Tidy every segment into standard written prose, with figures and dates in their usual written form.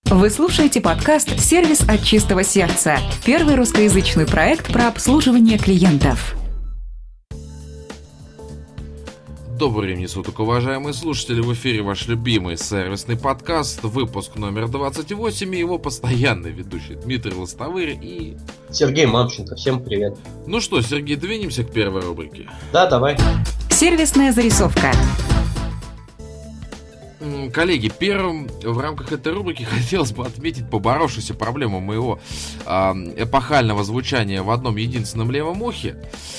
Вы слушаете подкаст «Сервис от чистого сердца». Первый русскоязычный проект про обслуживание клиентов. Добрый времени суток, уважаемые слушатели. В эфире ваш любимый сервисный подкаст, выпуск номер 28, и его постоянный ведущий Дмитрий Лостовырь и... Сергей Мамченко. Всем привет. Ну что, Сергей, двинемся к первой рубрике? Да, давай. Сервисная зарисовка. Коллеги, первым в рамках этой рубрики хотелось бы отметить поборовшуюся проблему моего эпохального звучания в одном единственном левом ухе.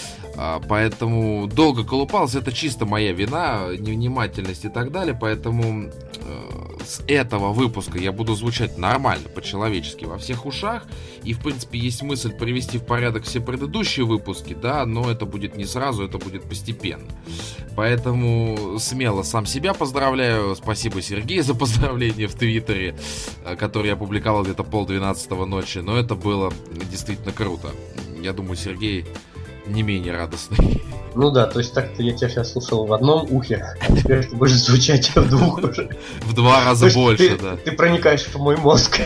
Поэтому долго колупался, это чисто моя вина, невнимательность и так далее. Поэтому с этого выпуска я буду звучать нормально, по-человечески во всех ушах. И в принципе есть мысль привести в порядок все предыдущие выпуски, да, но это будет не сразу, это будет постепенно. Поэтому смело сам себя поздравляю. Спасибо, Сергей, за поздравление в Твиттере, которое я публиковал где-то 11:30 ночи. Но это было действительно круто. Я думаю, Сергей не менее радостный. Ну да, то есть так-то я тебя сейчас слушал в одном ухе, а теперь ты будешь звучать в двух уже. В 2 раза больше, да. Ты проникаешь в мой мозг.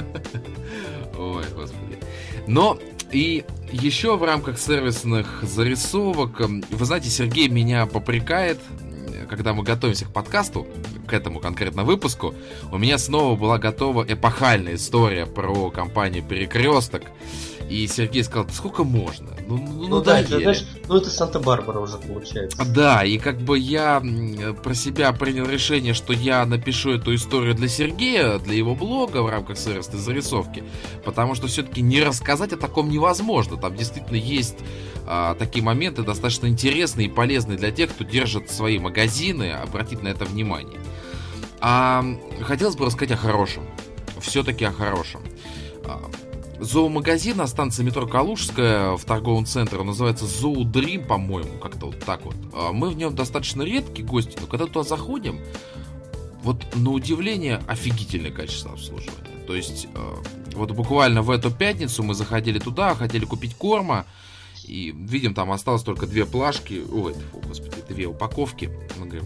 Ой, господи. Но и еще в рамках сервисных зарисовок, вы знаете, Сергей меня попрекает, когда мы готовимся к подкасту, к этому конкретно выпуску, у меня снова была готова эпохальная история про компанию «Перекресток». И Сергей сказал, да сколько можно? Ну да, это, знаешь, это Санта-Барбара уже получается. Да, и как бы я про себя принял решение, что я напишу эту историю для Сергея, для его блога в рамках сервисной зарисовки, потому что все-таки не рассказать о таком невозможно. Там действительно есть такие моменты достаточно интересные и полезные для тех, кто держит свои магазины, обратить на это внимание. А хотелось бы рассказать о хорошем. Все-таки о хорошем. Зоомагазин на станции метро Калужская в торговом центре, он называется Зоодрим, по-моему, как-то вот так вот. Мы в нем достаточно редкие гости, но когда туда заходим, вот на удивление офигительное качество обслуживания. То есть вот буквально в эту пятницу мы заходили туда, хотели купить корма, и видим, там осталось только 2 плашки, господи, 2 упаковки. Мы говорим,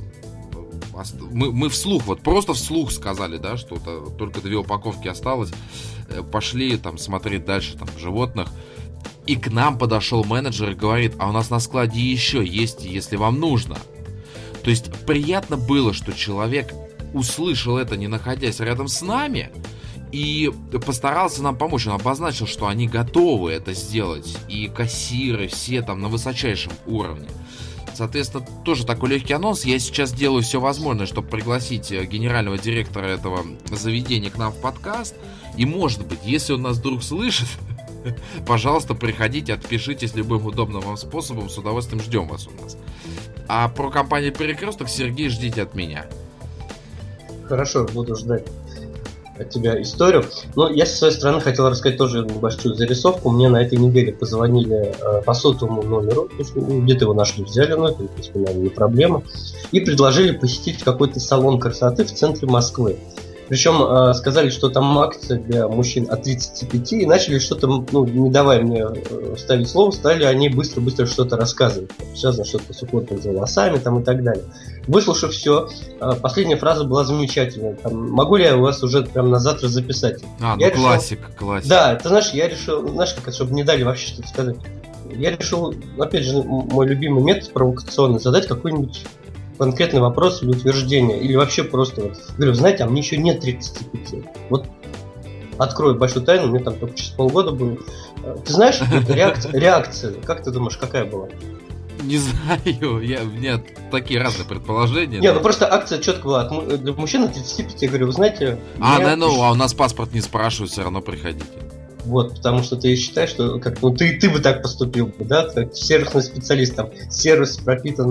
мы вслух, вот просто вслух сказали, да, что только 2 упаковки осталось. Пошли там смотреть дальше там животных. И к нам подошел менеджер и говорит, а у нас на складе еще есть, если вам нужно. То есть приятно было, что человек услышал это, не находясь рядом с нами, и постарался нам помочь. Он обозначил, что они готовы это сделать. И кассиры все там на высочайшем уровне. Соответственно, тоже такой легкий анонс. Я сейчас делаю все возможное, чтобы пригласить генерального директора этого заведения к нам в подкаст. И, может быть, если он нас вдруг слышит, пожалуйста, приходите, отпишитесь любым удобным вам способом. С удовольствием ждем вас у нас. А про компанию «Перекресток», Сергей, ждите от меня. Хорошо, буду ждать от тебя историю. Но я со своей стороны хотел рассказать тоже небольшую зарисовку. Мне на этой неделе позвонили по сотовому номеру, где-то его нашли, взяли, но это, в принципе, наверное, не проблема, и предложили посетить какой-то салон красоты в центре Москвы. Причем сказали, что там акция для мужчин от 35, и начали что-то, не давая мне ставить слово, стали они быстро-быстро что-то рассказывать. Связано что-то с уходом за волосами там, и так далее. Выслушав все, последняя фраза была замечательная. Там, могу ли я вас уже прям на завтра записать? Классик. Да, ты знаешь, я решил, чтобы не дали вообще что-то сказать. Я решил, опять же, мой любимый метод провокационный, задать какой-нибудь конкретный вопрос или утверждение, или вообще просто говорю, знаете, а мне еще нет 35. Вот открою большую тайну, мне там только через полгода будет. Ты знаешь, реакция, как ты думаешь, какая была? Не знаю, у меня такие разные предположения. Не, просто акция четко была. Для мужчин от 35, я говорю, вы знаете... а у нас паспорт не спрашивают, все равно приходите. Вот, потому что ты считаешь, что ты бы так поступил, да, как сервисный специалист, там, сервисом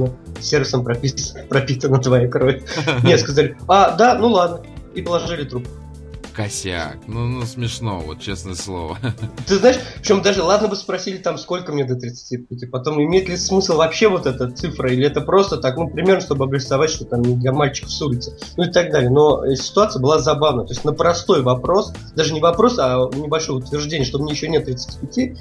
пропитана твоя кровь. Нет, сказали, да, ну ладно, и положили трубку. Косяк, смешно, вот честное слово. Ты знаешь, причем даже, ладно бы спросили там, сколько мне до 35, потом имеет ли смысл вообще вот эта цифра, или это просто так, примерно, чтобы обрисовать, что там не для мальчиков с улицы, и так далее. Но ситуация была забавная, то есть на простой вопрос, даже не вопрос, а небольшое утверждение, что мне еще нет 35,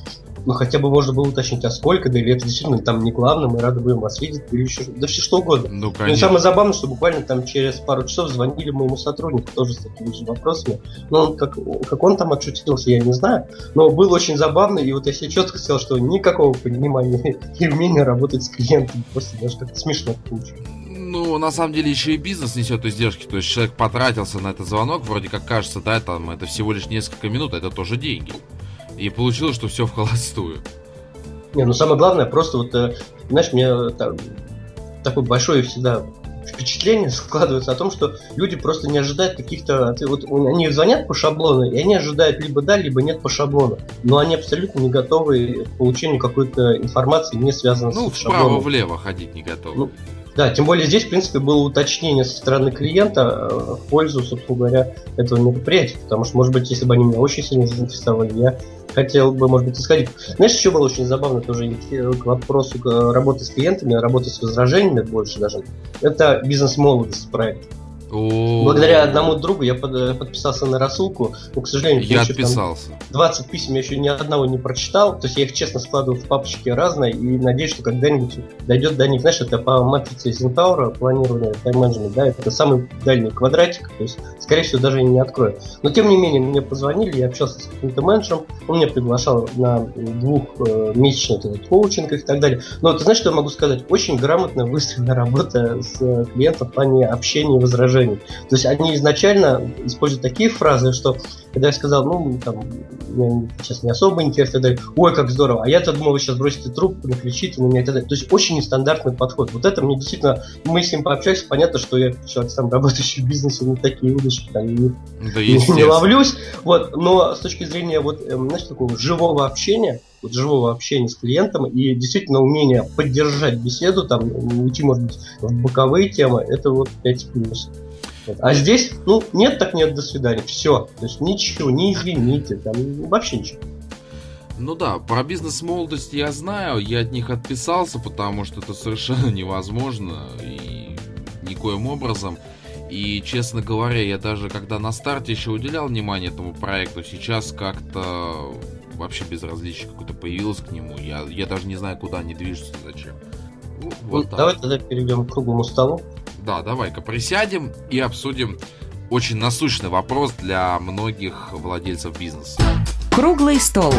ну хотя бы можно было уточнить, а сколько, да или это действительно там не главное, мы рады будем вас видеть, или еще, да все что угодно. Ну, И конечно. самое забавное, что буквально там через пару часов звонили моему сотруднику тоже с такими же вопросами. Но он, как он там отшутился, я не знаю. Но было очень забавно, и вот я себе четко сказал, что никакого понимания и умения работать с клиентом. Просто даже как-то смешно получилось. Ну, на самом деле, еще и бизнес несет издержки. То есть человек потратился на этот звонок, вроде как кажется, да, там это всего лишь несколько минут, это тоже деньги. И получилось, что все в холостую. Не, ну самое главное, просто вот, знаешь, мне такое большое всегда впечатление складывается о том, что люди просто не ожидают каких-то... Вот они звонят по шаблону, и они ожидают либо да, либо нет по шаблону. Но они абсолютно не готовы к получению какой-то информации, не связанной с шаблоном. Вправо-влево ходить не готовы. Ну, да, тем более здесь, в принципе, было уточнение со стороны клиента в пользу, собственно говоря, этого мероприятия. Потому что, может быть, если бы они меня очень сильно заинтересовали, я хотел бы, может быть, исходить. Знаешь, еще было очень забавно тоже к вопросу работы с клиентами, работы с возражениями больше даже. Это бизнес-молодость проект. Благодаря одному другу я подписался на рассылку, но, к сожалению, я отписался. 20 писем я еще ни одного не прочитал, то есть я их честно складываю в папочки разные и надеюсь, что когда-нибудь дойдет до них. Знаешь, это по матрице Зентаура планирование, тайм-менеджмент, да, это самый дальний квадратик, то есть, скорее всего, даже я не открою. Но, тем не менее, мне позвонили, я общался с каким-то менеджером, он меня приглашал на двухмесячный коучинг и так далее. Но ты знаешь, что я могу сказать? Очень грамотно выстроена работа с клиентом в плане общения и возражений. То есть они изначально используют такие фразы, что когда я сказал, ну, там, мне сейчас не особо интересно, да, ой, как здорово, а я-то думал, вы сейчас бросите трубку, накричите на меня и так далее. То есть очень нестандартный подход. Вот это мне действительно, мы с ним пообщались, понятно, что я человек сам работающий в бизнесе, на такие удочки там не ловлюсь. Вот, но с точки зрения вот, знаешь, такого живого общения с клиентом и действительно умение поддержать беседу, там, уйти, может быть, в боковые темы, это вот 5 плюс. А здесь, ну, нет, так нет, до свидания, все. То есть ничего, не извините, там вообще ничего. Ну да, про бизнес-молодость я знаю, я от них отписался, потому что это совершенно невозможно и никоим образом. И, честно говоря, я даже когда на старте еще уделял внимание этому проекту, сейчас как-то вообще безразличие какое-то появилось к нему. Я даже не знаю, куда они движутся, зачем. Вот ну, давай тогда перейдем к круглому столу. Да, давай-ка присядем и обсудим очень насущный вопрос для многих владельцев бизнеса. Круглый стол.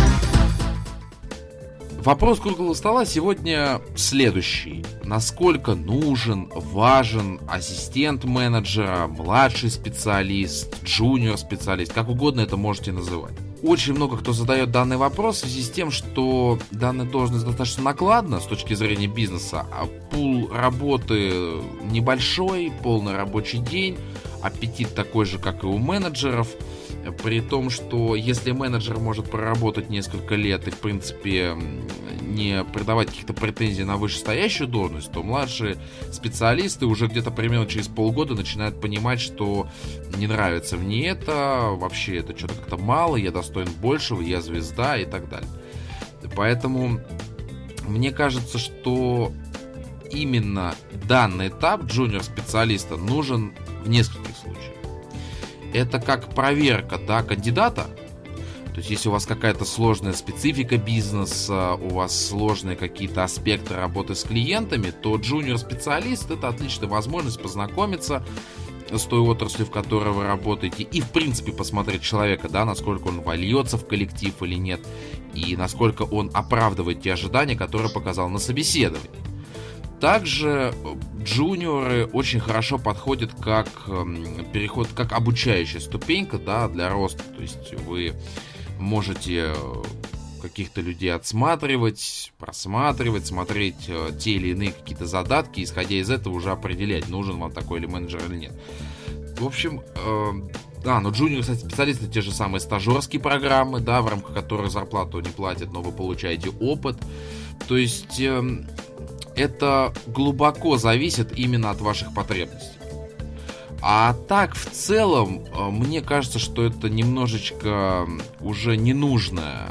Вопрос круглого стола сегодня следующий. Насколько нужен, важен ассистент менеджера, младший специалист, джуниор-специалист, как угодно это можете называть. Очень много кто задает данный вопрос в связи с тем, что данная должность достаточно накладна с точки зрения бизнеса, а пул работы небольшой, полный рабочий день, аппетит такой же, как и у менеджеров, при том, что если менеджер может проработать несколько лет и, в принципе, не придавать каких-то претензий на вышестоящую должность, то младшие специалисты уже где-то примерно через полгода начинают понимать, что не нравится мне это, вообще это что-то как-то мало, я достоин большего, я звезда и так далее. Поэтому мне кажется, что именно данный этап джуниор-специалиста нужен в нескольких случаях. Это как проверка, да, кандидата. То есть, если у вас какая-то сложная специфика бизнеса, у вас сложные какие-то аспекты работы с клиентами, то джуниор-специалист — это отличная возможность познакомиться с той отраслью, в которой вы работаете, и, в принципе, посмотреть человека, да, насколько он вольется в коллектив или нет, и насколько он оправдывает те ожидания, которые показал на собеседовании. Также джуниоры очень хорошо подходят как переход, как обучающая ступенька, да, для роста. То есть вы можете каких-то людей отсматривать, просматривать, смотреть те или иные какие-то задатки, исходя из этого уже определять, нужен вам такой или менеджер или нет. В общем, да, но джуниор, кстати, специалисты те же самые стажерские программы, да, в рамках которых зарплату не платят, но вы получаете опыт. То есть это глубоко зависит именно от ваших потребностей. А так, в целом, мне кажется, что это немножечко уже не нужно,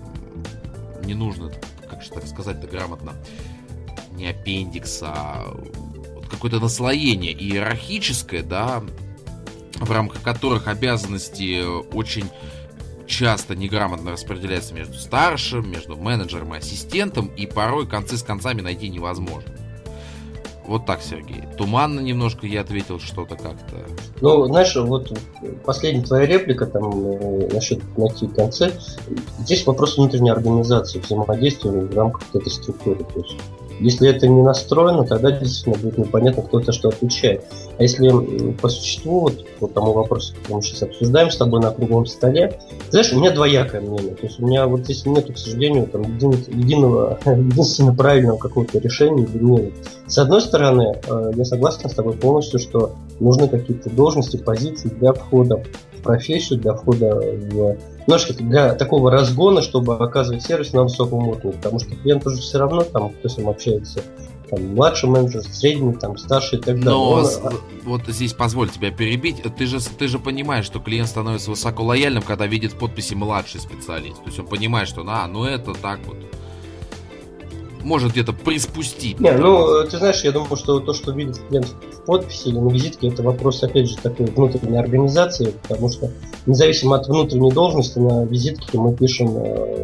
как же так сказать-то грамотно, не аппендикс, а какое-то наслоение иерархическое, да, в рамках которых обязанности очень часто неграмотно распределяется между старшим, между менеджером и ассистентом, и порой концы с концами найти невозможно. Вот так, Сергей. Туманно немножко я ответил что-то как-то. Ну, знаешь, вот последняя твоя реплика там насчет найти концы. Здесь вопрос внутренней организации, взаимодействия в рамках этой структуры. То есть, если это не настроено, тогда действительно будет непонятно, кто за что отвечает. А если по существу, вот тому вопросу, который мы сейчас обсуждаем с тобой на круглом столе, знаешь, у меня двоякое мнение. То есть у меня вот здесь нет, к сожалению, там, единственно правильного какого-то решения или мнения. С одной стороны, я согласен с тобой полностью, что нужны какие-то должности, позиции для входа в профессию, для входа в... Немножко для такого разгона, чтобы оказывать сервис на высоком уровне, потому что клиент уже все равно, там, кто с ним общается, там, младший менеджер, средний, там, старший и так далее. Но вот здесь позволь тебя перебить. Ты же понимаешь, что клиент становится высоко лояльным, когда видит в подписи младший специалист. То есть он понимает, что это так вот. Может где-то приспустить. Не, ну, ты знаешь, я думаю, что то, что видит клиент в подписи или на визитке, это вопрос, опять же, такой внутренней организации, потому что независимо от внутренней должности, на визитке мы пишем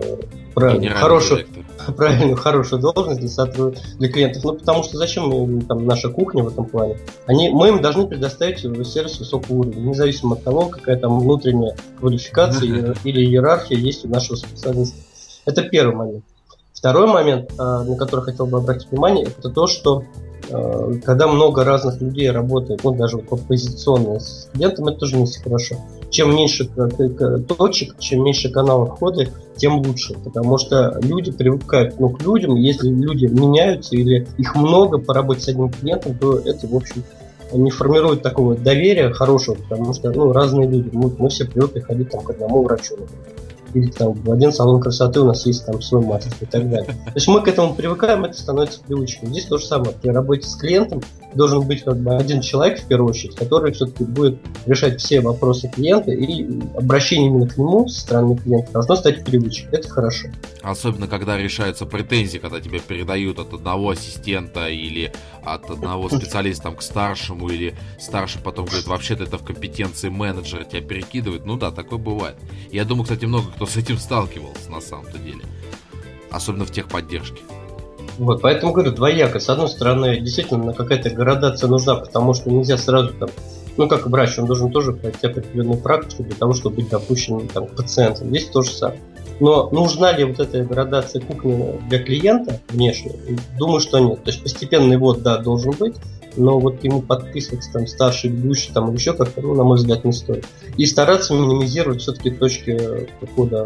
хорошую должность для клиентов. Ну, потому что зачем им там наша кухня в этом плане? Мы им должны предоставить сервис высокого уровня, независимо от того, какая там внутренняя квалификация или иерархия есть у нашего специалиста. Это первый момент. Второй момент, на который хотел бы обратить внимание, это то, что когда много разных людей работает, ну даже вот позиционно с клиентом, это тоже не очень хорошо. Чем меньше точек, чем меньше каналов входа, тем лучше, потому что люди привыкают к людям. Если люди меняются или их много по работе с одним клиентом, то это, в общем, не формирует такого доверия хорошего, потому что разные люди. Мы все привыкли ходить там, к одному врачу, или там в один салон красоты у нас есть там свой мастер и так далее. То есть мы к этому привыкаем, это становится привычкой. Здесь то же самое. При работе с клиентом должен быть как бы один человек в первую очередь, который все-таки будет решать все вопросы клиента, и обращение именно к нему со стороны клиента должно стать привычкой. Это хорошо. Особенно когда решаются претензии, когда тебе передают от одного ассистента или от одного специалиста к старшему, или старший потом говорит, вообще-то это в компетенции менеджера, тебя перекидывают. Ну да, такое бывает. Я думаю, кстати, много кто с этим сталкивался на самом-то деле. Особенно в техподдержке. Вот, поэтому говорю, двояко. С одной стороны, действительно какая-то градация нужна, потому что нельзя сразу там, как врач, он должен тоже пройти определенную практику для того, чтобы быть допущенным там, к пациентам. Здесь то же самое. Но нужна ли вот эта градация кухни для клиента внешне? Думаю, что нет. То есть постепенный ввод, да, должен быть, но вот ему подписываться там старший ведущий там или еще как-то, на мой взгляд, не стоит. И стараться минимизировать все-таки точки входа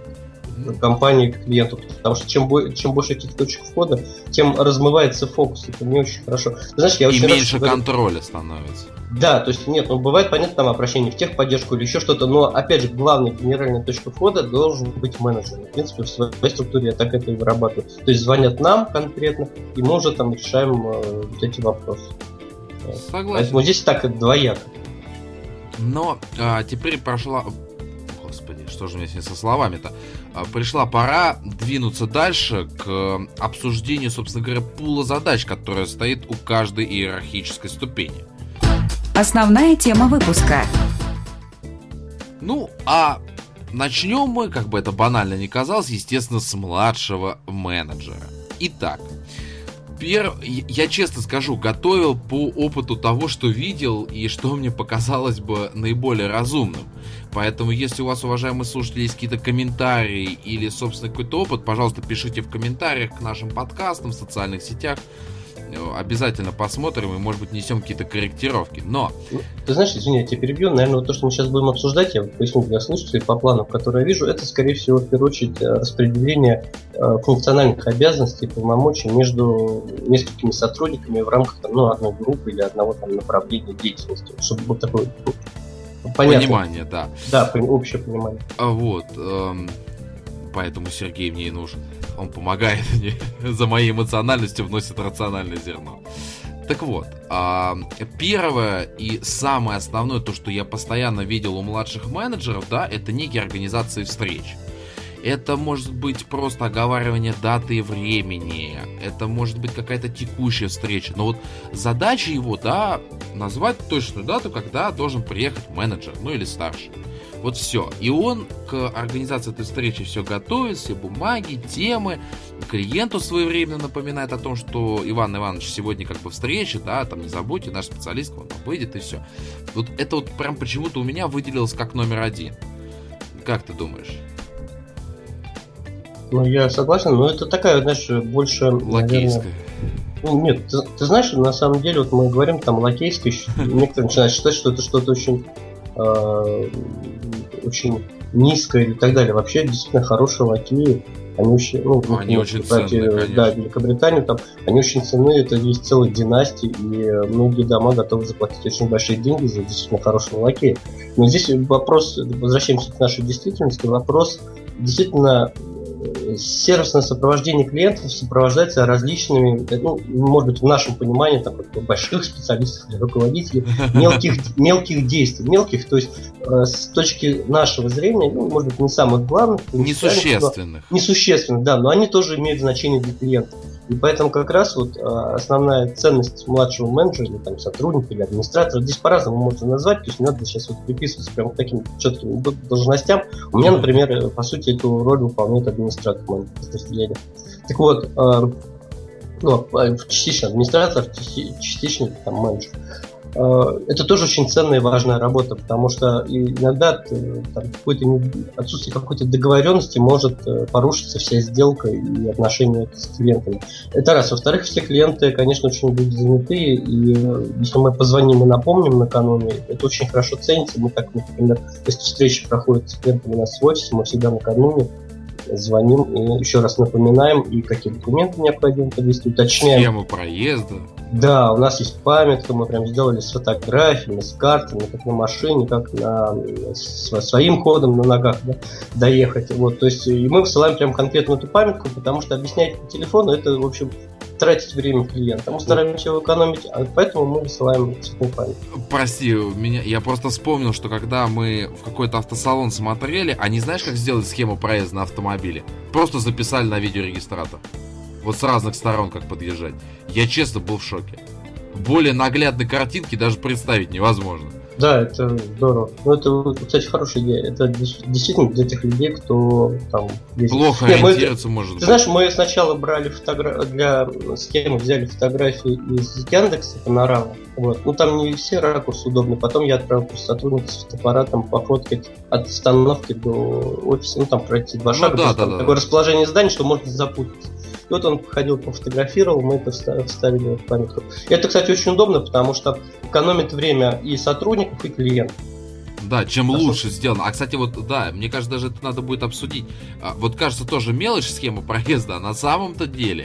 компании к клиенту, потому что чем больше этих точек входа, тем размывается фокус, это не очень хорошо. Ты знаешь, я очень меньше контроля становится. Да, то есть нет, бывает, понятно, там обращение в техподдержку или еще что-то, но опять же, главная генеральная точка входа должен быть менеджер. В принципе, в своей структуре я так это и вырабатываю. То есть звонят нам конкретно, и мы уже там решаем вот эти вопросы. Согласен. Поэтому здесь так двояко. Но теперь прошла... Господи, что же у меня сегодня со словами-то? Пришла пора двинуться дальше к обсуждению, собственно говоря, пула задач, которая стоит у каждой иерархической ступени. Основная тема выпуска. Ну, а начнем мы, как бы это банально ни казалось, естественно, с младшего менеджера. Итак, я честно скажу, готовил по опыту того, что видел и что мне показалось бы наиболее разумным. Поэтому, если у вас, уважаемые слушатели, есть какие-то комментарии или, собственно, какой-то опыт, пожалуйста, пишите в комментариях к нашим подкастам в социальных сетях. Обязательно посмотрим и, может быть, несем какие-то корректировки. Но... Ты знаешь, извини, я тебя перебью. Наверное, вот то, что мы сейчас будем обсуждать, я поясню для слушателей по планам, которые я вижу, это, скорее всего, в первую очередь, распределение функциональных обязанностей и полномочий между несколькими сотрудниками в рамках одной группы или одного направления деятельности. Чтобы вот такое понятно. Понимание, да. Да, общее понимание. Вот. Поэтому Сергей мне и нужен. Он помогает мне, за моей эмоциональностью вносит рациональное зерно. Так вот, первое и самое основное, то, что я постоянно видел у младших менеджеров, да, это некие организации встреч. это может быть просто оговаривание даты и времени, это может быть какая-то текущая встреча. Но вот задача его, да, назвать точную дату, когда должен приехать менеджер, ну или старший. Вот все. И он к организации этой встречи все готовит, все бумаги, темы. Клиенту своевременно напоминает о том, что Иван Иванович сегодня как бы встреча, да, там не забудьте, наш специалист к вам выйдет и все. Вот это вот прям почему-то у меня выделилось как номер 1. Как ты думаешь? Ну, я согласен, но это такая, знаешь, больше... Лакейская. Ну, нет, ты знаешь, на самом деле, вот мы говорим там лакейское, некоторые начинают считать, что это что-то очень низкое и так далее. Вообще, действительно, хорошие лакеи, они очень, они очень ценные, конечно. Да, Великобританию, там, они очень ценные, это есть целая династия, и многие дома готовы заплатить очень большие деньги за действительно хорошего лакея. Но здесь вопрос, возвращаемся к нашей действительности, вопрос действительно... Сервисное сопровождение клиентов сопровождается различными, может быть, в нашем понимании там, больших специалистов или руководителей, мелких действий. Мелких, то есть с точки нашего зрения, может быть, не самых главных. Несущественных, да, но они тоже имеют значение для клиента. И поэтому как раз вот основная ценность младшего менеджера, или там, сотрудника, или администратора, здесь по-разному можно назвать, то есть не надо сейчас вот приписываться прямо к таким четким должностям. У меня, например, по сути, эту роль выполняет администратор моего подразделения. Так вот, частично администратор, частично там, менеджер. Это тоже очень ценная и важная работа, потому что иногда отсутствие какой-то договоренности может порушиться вся сделка и отношения с клиентами. Это раз. Во-вторых, все клиенты, конечно, очень будут занятые, и если мы позвоним и напомним накануне, это очень хорошо ценится. Мы так, например, если встреча проходит с клиентами у нас в офисе, мы всегда накануне звоним и еще раз напоминаем, и какие документы необходимо подвести, уточняем. Схему проезда. Да, у нас есть памятка, мы прям сделали с фотографиями, с картами, как на машине, как своим ходом на ногах, да, доехать. Вот, то есть, и мы высылаем прям конкретно эту памятку, потому что объяснять по телефону, это, в общем, тратить время клиента. Мы стараемся его экономить, поэтому мы высылаем цветную памятку. Прости, я просто вспомнил, что когда мы в какой-то автосалон смотрели, они знаешь, как сделали схему проезда на автомобиле? Просто записали на видеорегистратор. Вот с разных сторон как подъезжать. Я честно был в шоке. Более наглядной картинки даже представить невозможно. Да, это здорово. Ну, это, кстати, хорошая идея. Это действительно для тех людей, кто там... Плохо ориентируется, может быть. Ты знаешь, мы сначала брали для схемы, взяли фотографии из Яндекса, Панорама. Вот. Ну, там не все ракурсы удобны. Потом я отправил сотруднику с фотоаппаратом пофоткать от остановки до офиса. Ну, там пройти 2 шага. Да, такое расположение здания, что можно запутаться. И вот он ходил, пофотографировал, мы это вставили в памятку. Это, кстати, очень удобно, потому что экономит время и сотрудников, и клиентов. Да, чем лучше сделано. А, кстати, вот, да, мне кажется, даже это надо будет обсудить. Вот, кажется, тоже мелочь схема проезда, а на самом-то деле,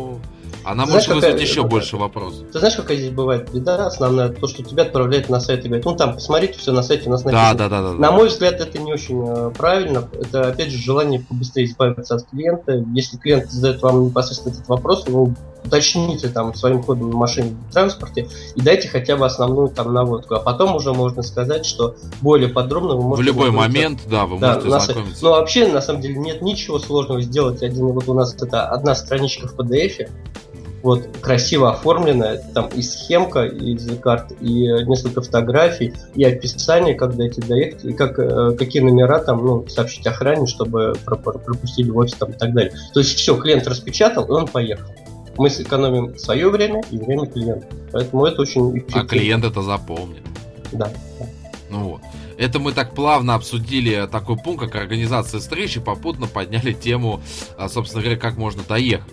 она может вызвать еще больше вопросов. Ты знаешь, какая здесь бывает беда основная? То, что тебя отправляют на сайт и говорят, там, посмотрите, все на сайте у нас написано. Да. На мой взгляд, это не очень правильно. Это, опять же, желание побыстрее избавиться от клиента. Если клиент задает вам непосредственно этот вопрос, вы уточните там своим ходом на машине, в транспорте и дайте хотя бы основную там наводку. А потом уже можно сказать, что более подробно вы можете... В любой момент, да, вы можете знакомиться. Но вообще, на самом деле, нет ничего сложного сделать. Вот у нас это одна страничка в PDF, вот, красиво оформленная, там и схемка из карт, и несколько фотографий, и описание, как дойти доехать, и какие номера там, сообщить охране, чтобы пропустили в офис там, и так далее. То есть все, клиент распечатал, и он поехал. Мы сэкономим свое время и время клиента. Поэтому это очень эффективно. А клиент это запомнит. Да. Ну вот. Это мы так плавно обсудили такой пункт, как организация встречи, попутно подняли тему, собственно говоря, как можно доехать.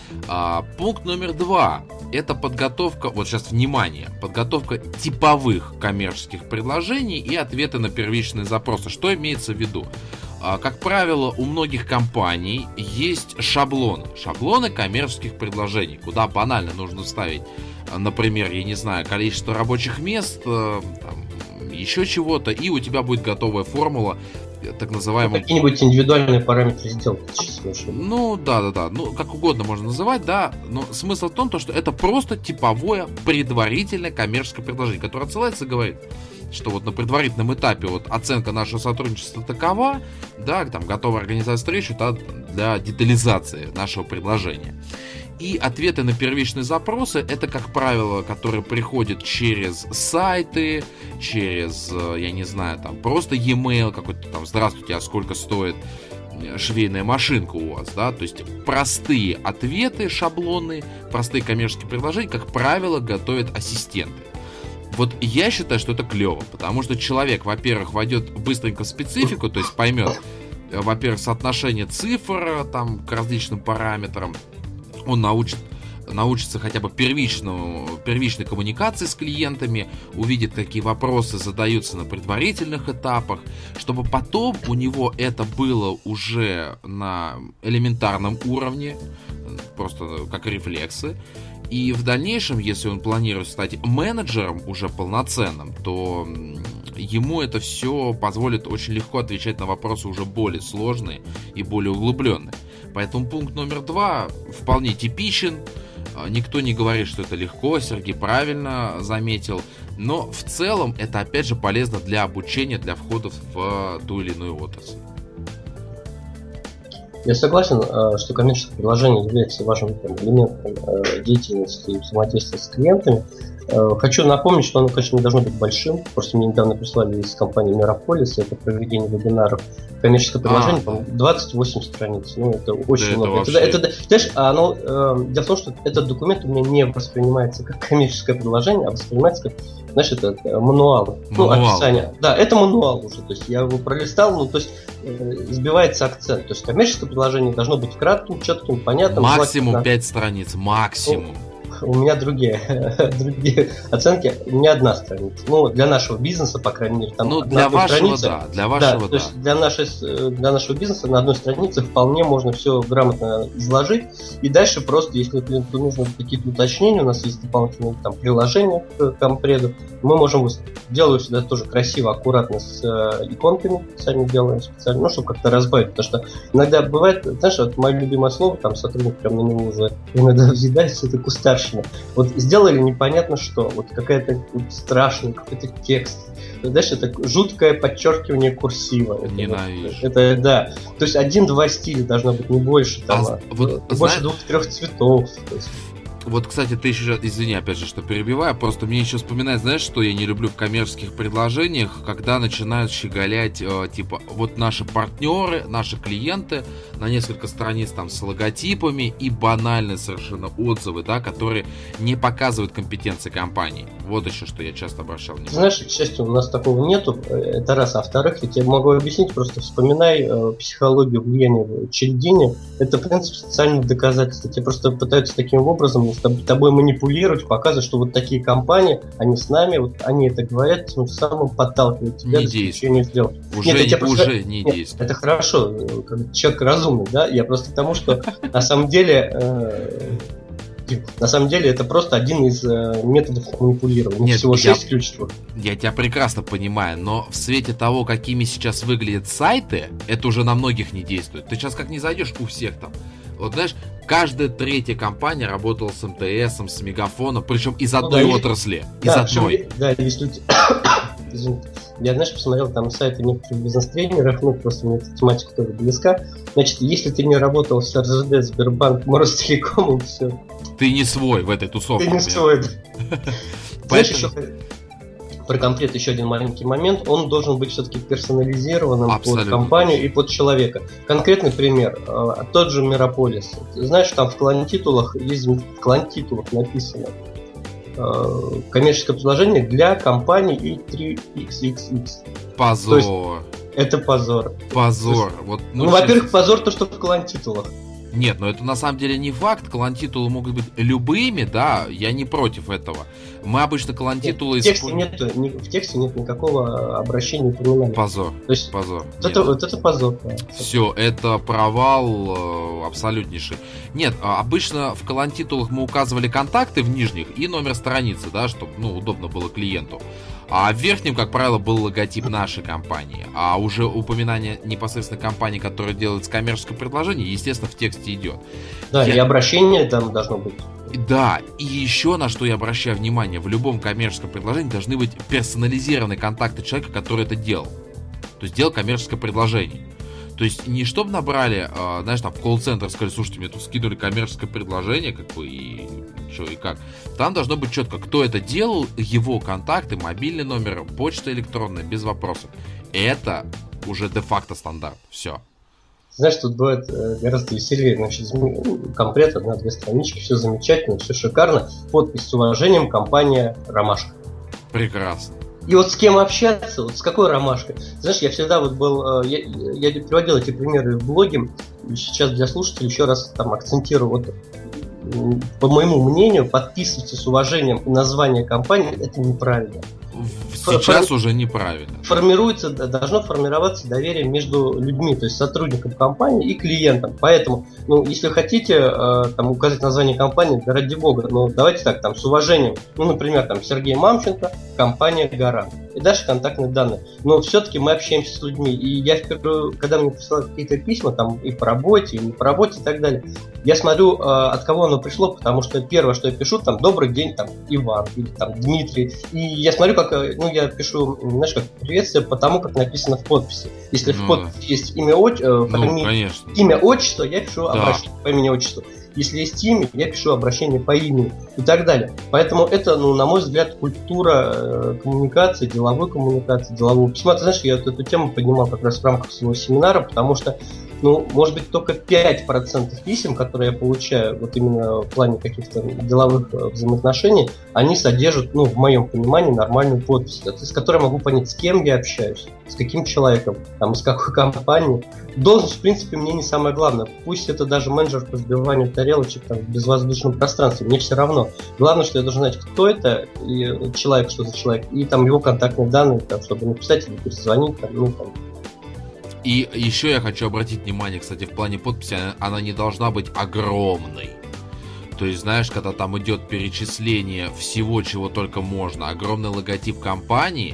Пункт номер 2. Это подготовка, вот сейчас внимание, подготовка типовых коммерческих предложений и ответы на первичные запросы. Что имеется в виду? Как правило, у многих компаний есть шаблоны коммерческих предложений, куда банально нужно вставить, например, я не знаю, количество рабочих мест, там, еще чего-то, и у тебя будет готовая формула, так называемого... Какие-нибудь индивидуальные параметры сделки. Да. Как угодно можно называть, да. Но смысл в том, что это просто типовое предварительное коммерческое предложение, которое отсылается и говорит: что вот на предварительном этапе вот оценка нашего сотрудничества такова, да, там готовы организовать встречу для детализации нашего предложения. И ответы на первичные запросы, это, как правило, которые приходят через сайты, через, я не знаю, там просто e-mail какой-то там: здравствуйте, а сколько стоит швейная машинка у вас, да, то есть простые ответы, шаблоны, простые коммерческие предложения, как правило, готовят ассистенты. Вот я считаю, что это клево, потому что человек, во-первых, войдет быстренько в специфику, то есть поймет, во-первых, соотношение цифр там к различным параметрам, он научится хотя бы первичной коммуникации с клиентами, увидит, какие вопросы задаются на предварительных этапах, чтобы потом у него это было уже на элементарном уровне, просто как рефлексы. И в дальнейшем, если он планирует стать менеджером уже полноценным, то ему это все позволит очень легко отвечать на вопросы уже более сложные и более углубленные. Поэтому пункт номер 2 вполне типичен. Никто не говорит, что это легко, Сергей правильно заметил. Но в целом это опять же полезно для обучения, для входа в ту или иную отрасль. Я согласен, что коммерческое предложение является важным элементом деятельности и взаимодействия с клиентами. Хочу напомнить, что оно, конечно, не должно быть большим. Просто мне недавно прислали из компании Мирополис, это проведение вебинаров. Коммерческое предложение, по-моему, 28 страниц. Ну, это очень много. Знаешь, дело в том, что этот документ у меня не воспринимается как коммерческое предложение, а воспринимается как, знаешь, это мануал. Ну, описание. Да, это мануал уже. То есть я его пролистал, ну, то есть сбивается акцент. То есть коммерческое предложение должно быть кратким, четким, понятным. Максимум 5 страниц, максимум. У меня другие оценки. У меня 1 страница. Ну, для нашего бизнеса, по крайней мере, там для вашего, страница. Да, для вашего, да. То есть для нашего бизнеса на 1 странице вполне можно все грамотно изложить. И дальше просто, если клиенту нужны какие-то уточнения, у нас есть дополнительные там приложения к компреду, мы можем делать всегда тоже красиво, аккуратно с иконками, сами делаем специально, ну, чтобы как-то разбавить. Потому что иногда бывает, знаешь, вот мое любимое слово, там сотрудник прям на него уже иногда въедается, это кустарщина. Вот сделали непонятно что, вот какая-то страшная, какой-то текст. Знаешь, это жуткое подчеркивание курсива. Ненавижу. Это да. То есть 1-2 стиля должно быть, не больше. Там, больше 2-3 цветов. Вот, кстати, ты еще, извини, опять же, что перебиваю, просто мне еще вспоминать, знаешь, что я не люблю в коммерческих предложениях, когда начинают щеголять, типа, вот наши партнеры, наши клиенты, на несколько страниц там с логотипами и банальные совершенно отзывы, да, которые не показывают компетенции компании. Вот еще, что я часто обращал внимание. Знаешь, к счастью, у нас такого нету, это раз, а во-вторых, я тебе могу объяснить, просто вспоминай психологию влияния в учреждении, это принцип социальных доказательств, тебе просто пытаются таким образом с тобой манипулировать, показывать, что вот такие компании, они с нами, вот они это говорят, тем самым подталкивают тебя до заключения сделки. Уже не действует. Это хорошо, как человек разумный, да, я просто к тому, что на самом деле это просто один из методов манипулирования. Нет, всего 6 ключевых. Я тебя прекрасно понимаю, но в свете того, какими сейчас выглядят сайты, это уже на многих не действует. Ты сейчас как не зайдешь, у всех там. Вот знаешь, каждая 3-я компания работала с МТС, с Мегафоном, причем из одной отрасли. Из одной. Да, если я, знаешь, посмотрел там сайты некоторых бизнес-тренеров, ну, просто мне эта тематика тоже близка. Значит, если ты не работал с РЖД, Сбербанк, Моростелеком, все. Ты не свой в этой тусовке. Ты не свой. Знаешь, еще про комплект еще один маленький момент. Он должен быть все-таки персонализированным под компанию и под человека. Конкретный пример. Тот же Мирополис. Знаешь, там в клан-титулах написано коммерческое предложение для компании И3XXX. Позор. То есть, это позор. Позор. Вот, во-первых, позор то, что в клан-титулах. Нет, но это на самом деле не факт. Клан-титулы могут быть любыми, да, я не против этого. Мы обычно клан-титулы... В тексте нет никакого обращения упоминания. Позор. То есть, позор. Вот это позор. Да. Все, это провал абсолютнейший. Нет, обычно в клан-титулах мы указывали контакты в нижних и номер страницы, да, чтобы, удобно было клиенту. А в верхнем, как правило, был логотип нашей компании. А уже упоминание непосредственно компании, которая делает коммерческое предложение, естественно, в тексте идет. Да, и обращение там должно быть. Да, и еще на что я обращаю внимание, в любом коммерческом предложении должны быть персонализированные контакты человека, который это делал. То есть делал коммерческое предложение. То есть не чтобы набрали, знаешь, там в колл-центр сказали, слушайте, мне тут скинули коммерческое предложение, как бы, и что, и как. Там должно быть четко, кто это делал, его контакты, мобильный номер, почта электронная, без вопросов. Это уже де-факто стандарт. Все. Знаешь, тут бывает гораздо веселее. Значит, комплект, 1-2 странички, все замечательно, все шикарно. Подпись с уважением, компания «Ромашка». Прекрасно. И вот с кем общаться, вот с какой ромашкой. Знаешь, я всегда вот был, я приводил эти примеры в блоге, и сейчас для слушателей еще раз там акцентирую. Вот, по моему мнению, подписываться с уважением название компании – это неправильно. Сейчас уже неправильно. Должно формироваться доверие между людьми, то есть сотрудником компании и клиентом. Поэтому, если хотите там указать название компании, да ради бога, давайте так, там, с уважением. Например, там, Сергей Мамченко, компания «Гарант». И дальше контактные данные. Но все-таки мы общаемся с людьми. И я впервые, когда мне присылают какие-то письма, там, и по работе, и не по работе, и так далее, я смотрю, от кого оно пришло, потому что первое, что я пишу, там, «Добрый день, там, Иван», или там, «Дмитрий». И я смотрю, как, я пишу, знаешь, как приветствие по тому, как написано в подписи. Если в подписи есть имя, отчество, я пишу обращение по имени, отчеству. Если есть имя, я пишу обращение по имени и так далее. Поэтому это, на мой взгляд, культура коммуникации, деловой коммуникации, делового письма. Ты знаешь, я эту тему поднимал как раз в рамках своего семинара, потому что, может быть, только 5% писем, которые я получаю, вот именно в плане каких-то деловых взаимоотношений, они содержат, в моем понимании, нормальную подпись, с которой я могу понять, с кем я общаюсь, с каким человеком, там, из какой компании. Должность, в принципе, мне не самое главное. Пусть это даже менеджер по сбиванию тарелочек там, в безвоздушном пространстве, мне все равно. Главное, что я должен знать, кто это, и человек, что за человек, и там его контактные данные, там, чтобы написать или перезвонить. Там. И еще я хочу обратить внимание, кстати, в плане подписи, она не должна быть огромной. То есть, знаешь, когда там идет перечисление всего, чего только можно, огромный логотип компании,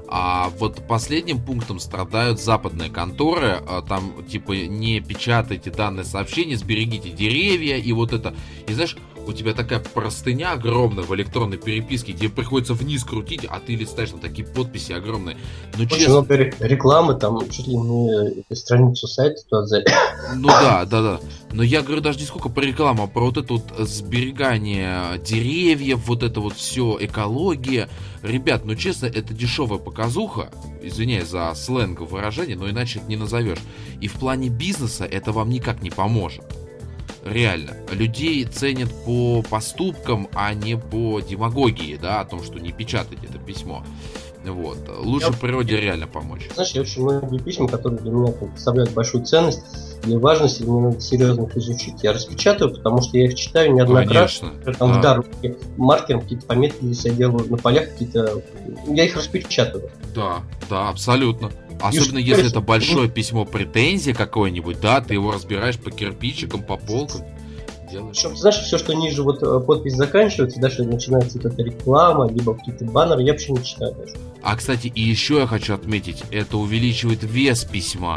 а вот последним пунктом страдают западные конторы, там типа не печатайте данные сообщения, сберегите деревья и вот это. И знаешь, у тебя такая простыня огромная в электронной переписке, тебе приходится вниз крутить, а ты листаешь на такие подписи огромные. Ну, очень много рекламы, там чуть ли не страницу сайта туда взять. Ну да. Но я говорю даже не сколько про рекламу, а про вот это вот сберегание деревьев, вот это вот все, экология. Ребят, честно, это дешевая показуха, извиняюсь за сленговое выражение, но иначе это не назовешь. И в плане бизнеса это вам никак не поможет. Реально. Людей ценят по поступкам, а не по демагогии, да, о том, что не печатайте это письмо. Вот. Лучше природе реально помочь. Знаешь, я очень многие письма, которые для меня представляют большую ценность или важность, или мне надо серьезно их изучить. Я распечатаю, потому что я их читаю неоднократно. Конечно. Там в дороге маркером какие-то пометки для себя делаю, на полях какие-то. Я их распечатываю. Да, абсолютно. Особенно если это большое письмо претензии какое-нибудь, да, ты его разбираешь по кирпичикам, по полкам. Причем, ты знаешь, все, что ниже вот подпись заканчивается, дальше начинается вот эта реклама, либо какие-то баннеры, я вообще не читаю даже. А, кстати, и еще я хочу отметить, это увеличивает вес письма.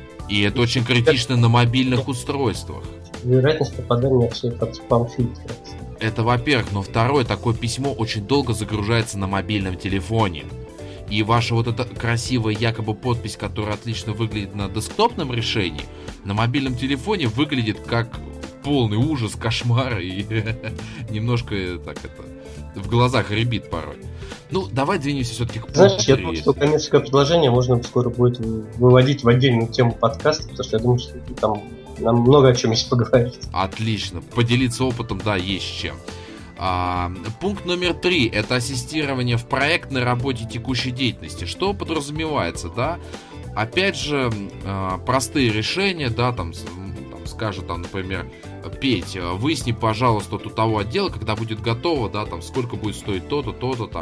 И это очень критично на мобильных устройствах. Вероятность попадания под спам-фильтр. Это во-первых, но второе, такое письмо очень долго загружается на мобильном телефоне. И ваша вот эта красивая якобы подпись, которая отлично выглядит на десктопном решении, на мобильном телефоне выглядит как полный ужас, кошмар и немножко так это в глазах рябит порой. Давай двинемся все-таки к Знаешь, я думаю, что коммерческое предложение можно скоро будет выводить в отдельную тему подкаста, потому что я думаю, что там нам много о чем есть поговорить. Отлично. Поделиться опытом, да, есть чем. Пункт номер 3 – это ассистирование в проектной работе текущей деятельности. Что подразумевается, да? Опять же, простые решения, да, там скажет, например, Петь, выясни, пожалуйста, у того отдела, когда будет готово, да, там, сколько будет стоить то-то, то-то, там,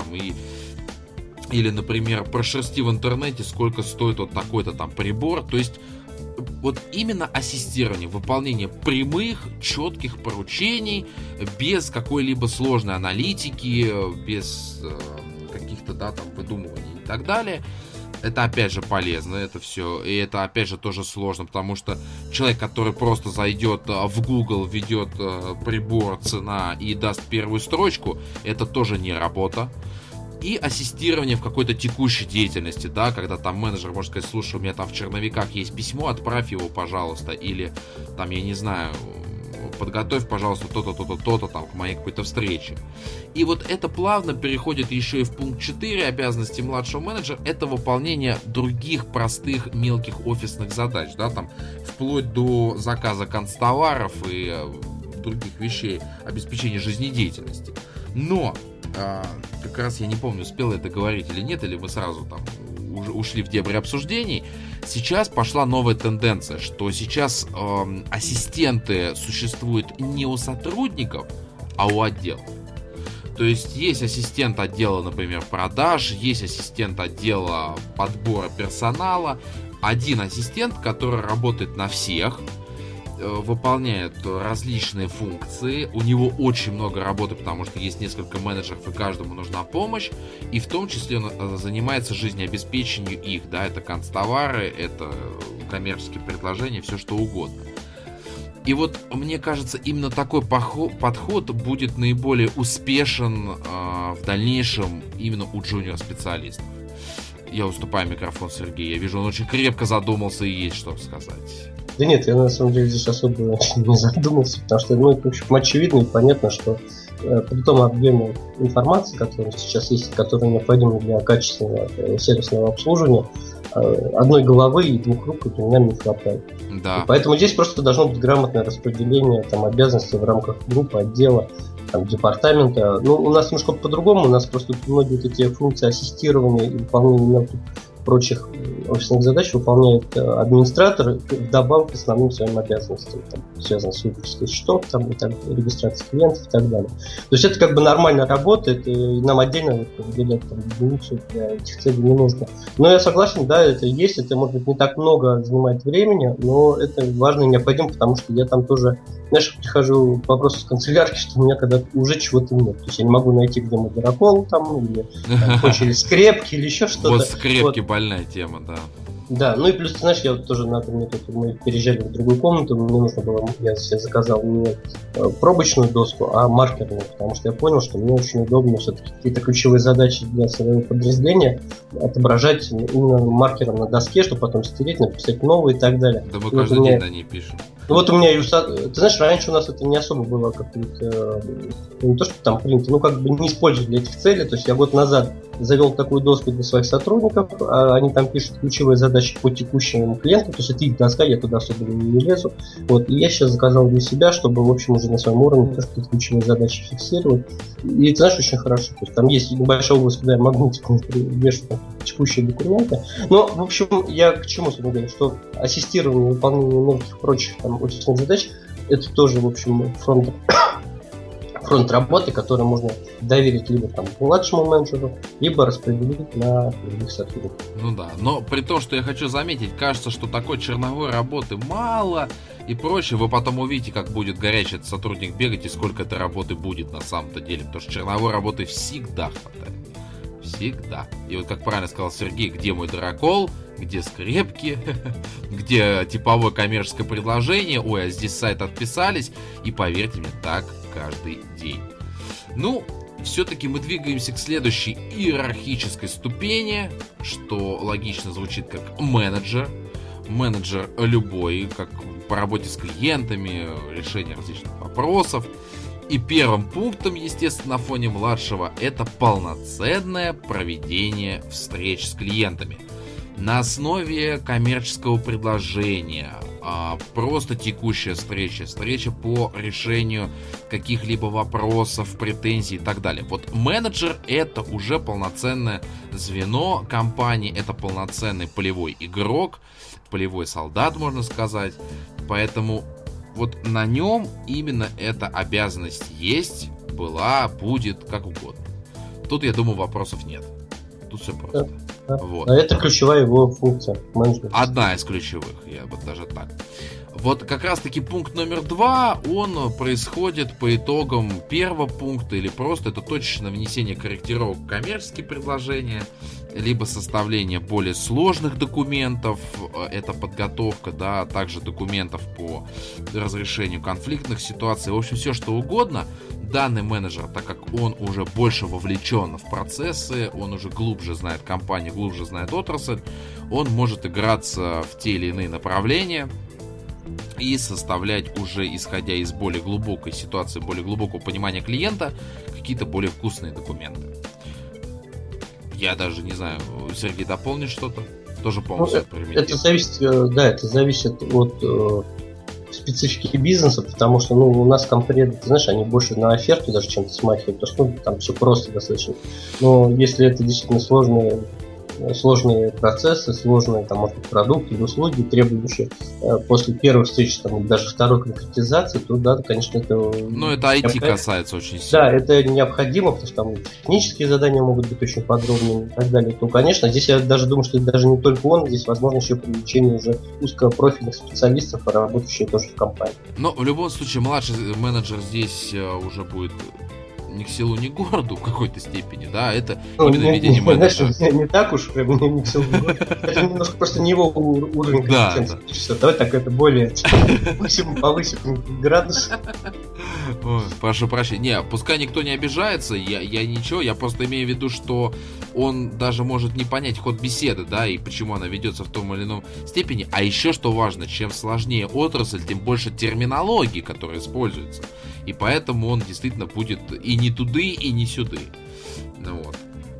или, например, прошерсти в интернете, сколько стоит вот такой-то там прибор. То есть вот именно ассистирование, выполнение прямых, четких поручений, без какой-либо сложной аналитики, без каких-то каких-то, да, там, выдумываний и так далее. Это, опять же, полезно, это все. И это, опять же, тоже сложно, потому что человек, который просто зайдет в Google, введет прибор, цена и даст первую строчку, это тоже не работа. И ассистирование в какой-то текущей деятельности, да, когда там менеджер может сказать: слушай, у меня там в черновиках есть письмо, отправь его, пожалуйста, или там, я не знаю, подготовь, пожалуйста, то-то, то-то, то-то там к моей какой-то встрече. И вот это плавно переходит еще и в пункт 4 обязанностей младшего менеджера. Это выполнение других простых мелких офисных задач, да, там вплоть до заказа канцтоваров и других вещей, обеспечения жизнедеятельности. Но как раз я не помню, успел я это говорить или нет, или мы сразу там уже ушли в дебри обсуждений. Сейчас пошла новая тенденция, что сейчас ассистенты существуют не у сотрудников, а у отделов. То есть есть ассистент отдела, например, продаж, есть ассистент отдела подбора персонала, один ассистент, который работает на всех, выполняет различные функции, у него очень много работы, потому что есть несколько менеджеров, и каждому нужна помощь, и в том числе он занимается жизнеобеспечением их, да, это канцтовары, это коммерческие предложения, все что угодно. И вот, мне кажется, именно такой подход будет наиболее успешен в дальнейшем именно у джуниор-специалистов. Я уступаю микрофон Сергею, я вижу, он очень крепко задумался и есть что сказать. Да нет, я на самом деле здесь особо не задумался, потому что, ну, это, в общем, очевидно и понятно, что при том объеме информации, которая сейчас есть, которая необходима для качественного сервисного обслуживания, одной головы и двух рук нам не хватает. Да. И поэтому здесь просто должно быть грамотное распределение там, обязанностей в рамках группы, отдела, там, департамента. Ну, у нас немножко по-другому, у нас просто многие вот эти функции ассистирования и выполнения мелких прочих офисных задач выполняет администратор вдобавок к основным своим обязанностям, там, связанным с выпуском счетов, там, и так, регистрацией клиентов и так далее. То есть это как бы нормально работает, и нам отдельно выделять единицу для этих целей не нужно. Но я согласен, да, это есть, это может быть не так много занимает времени, но это важно и необходимо, потому что я там тоже, знаешь, прихожу к вопросу с канцелярки, что у меня когда-то уже чего-то нет. То есть я не могу найти, где мой дырокол там, или очередь скрепки, или еще что-то. Вот скрепки больная тема, да. Да, ну и плюс, ты знаешь, я вот тоже, например, мы переезжали в другую комнату, мне нужно было, я себе заказал не пробочную доску, а маркерную, потому что я понял, что мне очень удобно все-таки какие-то ключевые задачи для своего подразделения отображать именно маркером на доске, чтобы потом стереть, написать новые и так далее. Да мы каждый день на ней пишем. Ну вот у меня, ты знаешь, раньше у нас это не особо было как-то, не то, что там принято, ну как бы не использовали для этих целей, то есть я год назад завел такую доску для своих сотрудников, они там пишут ключевые задачи по текущему клиенту, то есть это их доска, я туда особо не лезу, вот, и я сейчас заказал для себя, чтобы, в общем, уже на своем уровне тоже какие-то ключевые задачи фиксировать, и ты знаешь, очень хорошо, то есть там есть небольшая область, куда я магнитиком вешу текущие документы, но, в общем, я к чему сегодня говорю, что ассистирование выполнения многих прочих там офисных задач, это тоже, в общем, фронт работы, который можно доверить либо там младшему менеджеру, либо распределить на других сотрудников. Ну да, но при том, что я хочу заметить, кажется, что такой черновой работы мало и прочее, вы потом увидите, как будет горячий этот сотрудник бегать и сколько этой работы будет на самом-то деле, потому что черновой работы всегда хватает. Всегда. И вот как правильно сказал Сергей, где мой дырокол, где скрепки, где типовое коммерческое предложение, ой, а здесь сайт отписались, и поверьте мне, так каждый день. Ну, все-таки мы двигаемся к следующей иерархической ступени, что логично звучит как менеджер. Менеджер любой, как по работе с клиентами, решение различных вопросов. И первым пунктом, естественно, на фоне младшего, это полноценное проведение встреч с клиентами. На основе коммерческого предложения, просто текущая встреча по решению каких-либо вопросов, претензий и так далее. Вот менеджер — это уже полноценное звено компании, это полноценный полевой игрок, полевой солдат, можно сказать. Поэтому вот на нем именно эта обязанность есть, была, будет, как угодно. Тут, я думаю, вопросов нет. Тут все просто. Да. Вот. А это ключевая его функция менеджмента. Одна из ключевых, я бы даже так. Вот как раз-таки пункт номер 2, он происходит по итогам первого пункта, или просто это точечное внесение корректировок в коммерческие предложения, либо составление более сложных документов, это подготовка, да, а также документов по разрешению конфликтных ситуаций, в общем, все что угодно. Данный менеджер, так как он уже больше вовлечен в процессы, он уже глубже знает компанию, глубже знает отрасль, он может играться в те или иные направления и составлять уже, исходя из более глубокой ситуации, более глубокого понимания клиента, какие-то более вкусные документы. Я даже не знаю, Сергей, дополнишь что-то? Тоже полностью примитивно. Это зависит, да, это зависит от специфики бизнеса, потому что, ну, у нас компании, ты знаешь, они больше на оферту даже чем-то смахивают, потому что, ну, там все просто достаточно. Но если это действительно сложные процессы, сложные, там, может быть, продукты или услуги, требующие после первой встречи, там, даже второй конкретизации, то, да, конечно, это... Ну, это IT касается очень сильно. Да, это необходимо, потому что там технические задания могут быть очень подробными и так далее. То, конечно, здесь я даже думаю, что это даже не только он, здесь, возможно, еще привлечение уже узкопрофильных специалистов, работающих тоже в компании. Но, в любом случае, младший менеджер здесь уже будет ни к селу, ни к городу в какой-то степени, да, это именно ведение менеджера. Не так уж, прям не к селу, ни к городу. Это немножко просто не его уровень компетенции. Да. Давай так это более повысим градус. Ой, прошу прощения. Не, пускай никто не обижается, я ничего, я просто имею в виду, что он даже может не понять ход беседы, да, и почему она ведется в том или ином степени. А еще что важно, чем сложнее отрасль, тем больше терминологии, которая используется. И поэтому он действительно будет и не туды, и не сюды. Ну, вот.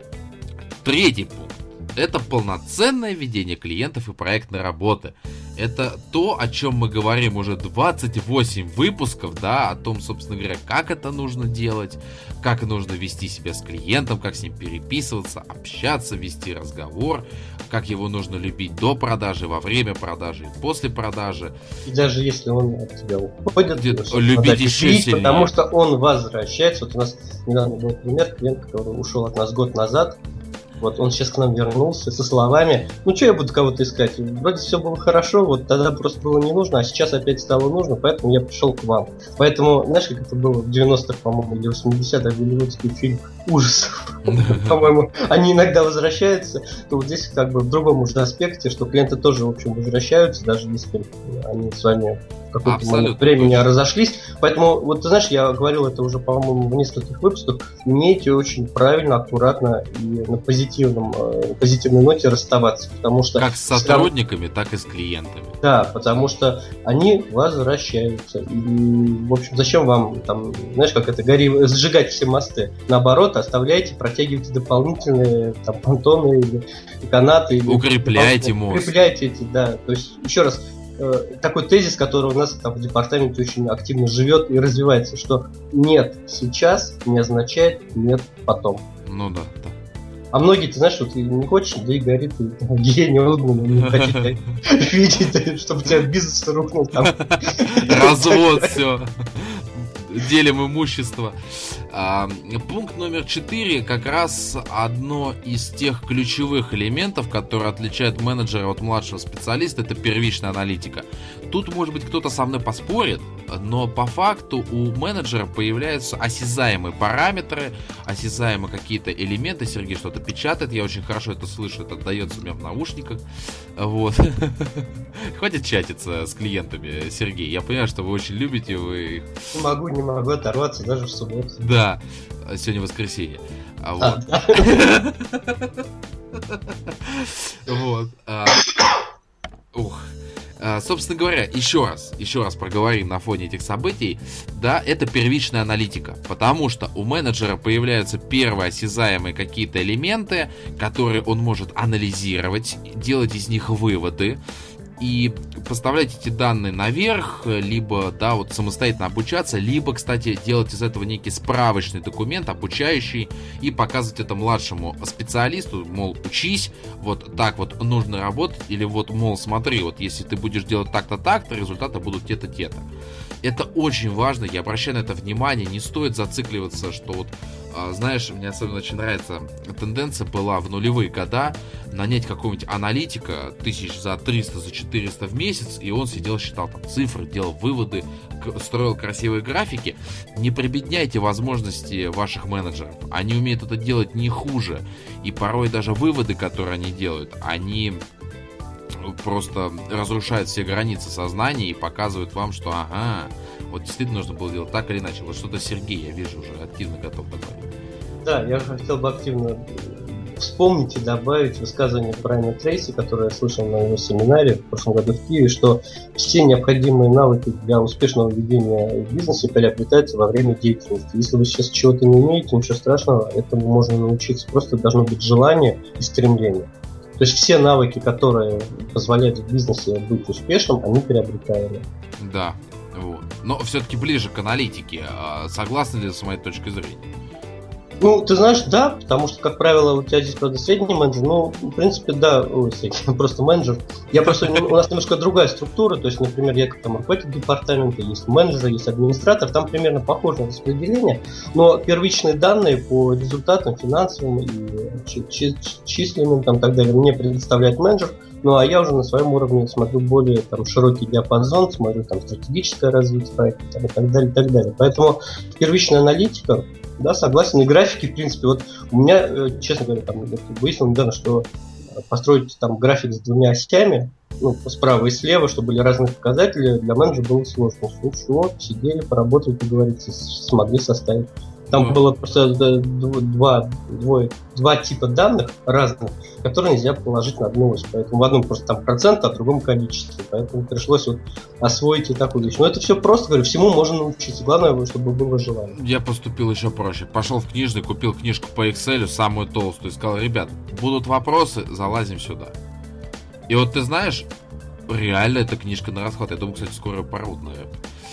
Третий пункт. Это полноценное ведение клиентов и проектной работы. Это то, о чем мы говорим уже 28 выпусков, да, о том, собственно говоря, как это нужно делать, как нужно вести себя с клиентом, как с ним переписываться, общаться, вести разговор, как его нужно любить до продажи, во время продажи и после продажи. И даже если он от тебя уходит, любить еще сильнее. Потому что он возвращается. Вот у нас недавно был пример, клиент, который ушел от нас год назад. Вот он сейчас к нам вернулся со словами: ну что я буду кого-то искать? Вроде все было хорошо, вот тогда просто было не нужно, а сейчас опять стало нужно, поэтому я пришел к вам. Поэтому, знаешь, как это было в 90-х, по-моему, или 80-х, голливудский фильм ужасов, по-моему, они иногда возвращаются, то вот здесь как бы в другом уже аспекте, что клиенты тоже, в общем, возвращаются, даже если они с вами в какой-то момент времени разошлись. Поэтому, вот ты знаешь, я говорил это уже, по-моему, в нескольких выпусках, умейте очень правильно, аккуратно и на позитивной ноте расставаться, потому что... Как с сотрудниками, так и с клиентами. Да, потому что они возвращаются. И, в общем, зачем вам, там, знаешь, как это, сжигать все мосты? Наоборот, оставляйте, протягивайте дополнительные там понтоны или канаты. Укрепляйте мост. Укрепляйте эти, да. То есть, еще раз, такой тезис, который у нас там в департаменте очень активно живет и развивается, что нет сейчас не означает нет потом. Ну да, да. А многие, ты знаешь, вот не хочешь, да и горит, ей неудобно, не хотите видеть, чтобы у тебя бизнес рухнул там. Развод, все. Делим имущество. Пункт номер 4 как раз одно из тех ключевых элементов, которые отличают менеджера от младшего специалиста, это первичная аналитика. Тут, может быть, кто-то со мной поспорит, но по факту у менеджера появляются осязаемые параметры, осязаемые какие-то элементы. Сергей что-то печатает, я очень хорошо это слышу, это отдается у меня в наушниках. Вот. Хватит чатиться с клиентами, Сергей. Я понимаю, что вы очень любите, вы... Не могу оторваться даже в субботу. Да, сегодня воскресенье. Вот. Ух. Собственно говоря, еще раз проговорим на фоне этих событий, да, это первичная аналитика, потому что у менеджера появляются первые осязаемые какие-то элементы, которые он может анализировать, делать из них выводы и поставлять эти данные наверх, либо, да, вот самостоятельно обучаться, либо, кстати, делать из этого некий справочный документ, обучающий, и показывать это младшему специалисту, мол, учись, вот так вот нужно работать, или вот, мол, смотри, вот если ты будешь делать так-то, так-то, результаты будут те-то, те-то. Это очень важно, я обращаю на это внимание, не стоит зацикливаться, что вот Знаешь, мне особенно очень нравится, тенденция была в нулевые года нанять какого-нибудь аналитика тысяч за 300, за 400 в месяц, и он сидел, считал там цифры, делал выводы, строил красивые графики. Не прибедняйте возможности ваших менеджеров. Они умеют это делать не хуже. И порой даже выводы, которые они делают, они просто разрушают все границы сознания и показывают вам, что ага, вот действительно нужно было делать так или иначе. Вот что-то Сергей, я вижу, уже активно готов добавить. Да, я хотел бы активно вспомнить и добавить высказывание Брайана Трейси, которое я слышал на его семинаре в прошлом году в Киеве, что все необходимые навыки для успешного ведения бизнеса приобретаются во время деятельности. Если вы сейчас чего-то не умеете, ничего страшного, этому можно научиться. Просто должно быть желание и стремление. То есть все навыки, которые позволяют в бизнесе быть успешным, они приобретаемы. Да, вот. Но все-таки ближе к аналитике. Согласны ли с моей точки зрения? Ну, ты знаешь, да, потому что, как правило, у тебя здесь, правда, средний менеджер, ну, в принципе, да, просто менеджер. У нас немножко другая структура, то есть, например, я как там руководитель департамента, есть менеджер, есть администратор, там примерно похожее распределение, но первичные данные по результатам финансовым и численным, там, так далее, мне предоставляет менеджер. Ну, а я уже на своем уровне смотрю более там широкий диапазон, смотрю там стратегическое развитие проекта там, и так далее, и так далее. Поэтому первичная аналитика, да, согласен. И графики, в принципе, вот у меня, честно говоря, там выяснил недавно, что построить там график с двумя осями, ну, справа и слева, чтобы были разные показатели, для менеджера было сложно. Ну, чего, сидели, поработали, поговорили, смогли составить. Там было просто два типа данных разных, которые нельзя положить на одну ось. Поэтому в одном просто там процент, а в другом количество. Поэтому пришлось вот освоить и такую вещь. Но это все просто, говорю, всему можно научиться. Главное, чтобы было желание. Я поступил еще проще. Пошел в книжный, купил книжку по Excel, самую толстую, и сказал: ребят, будут вопросы, залазим сюда. И вот ты знаешь, реально эта книжка на расход. Я думаю, кстати, скоро порвут, наверное.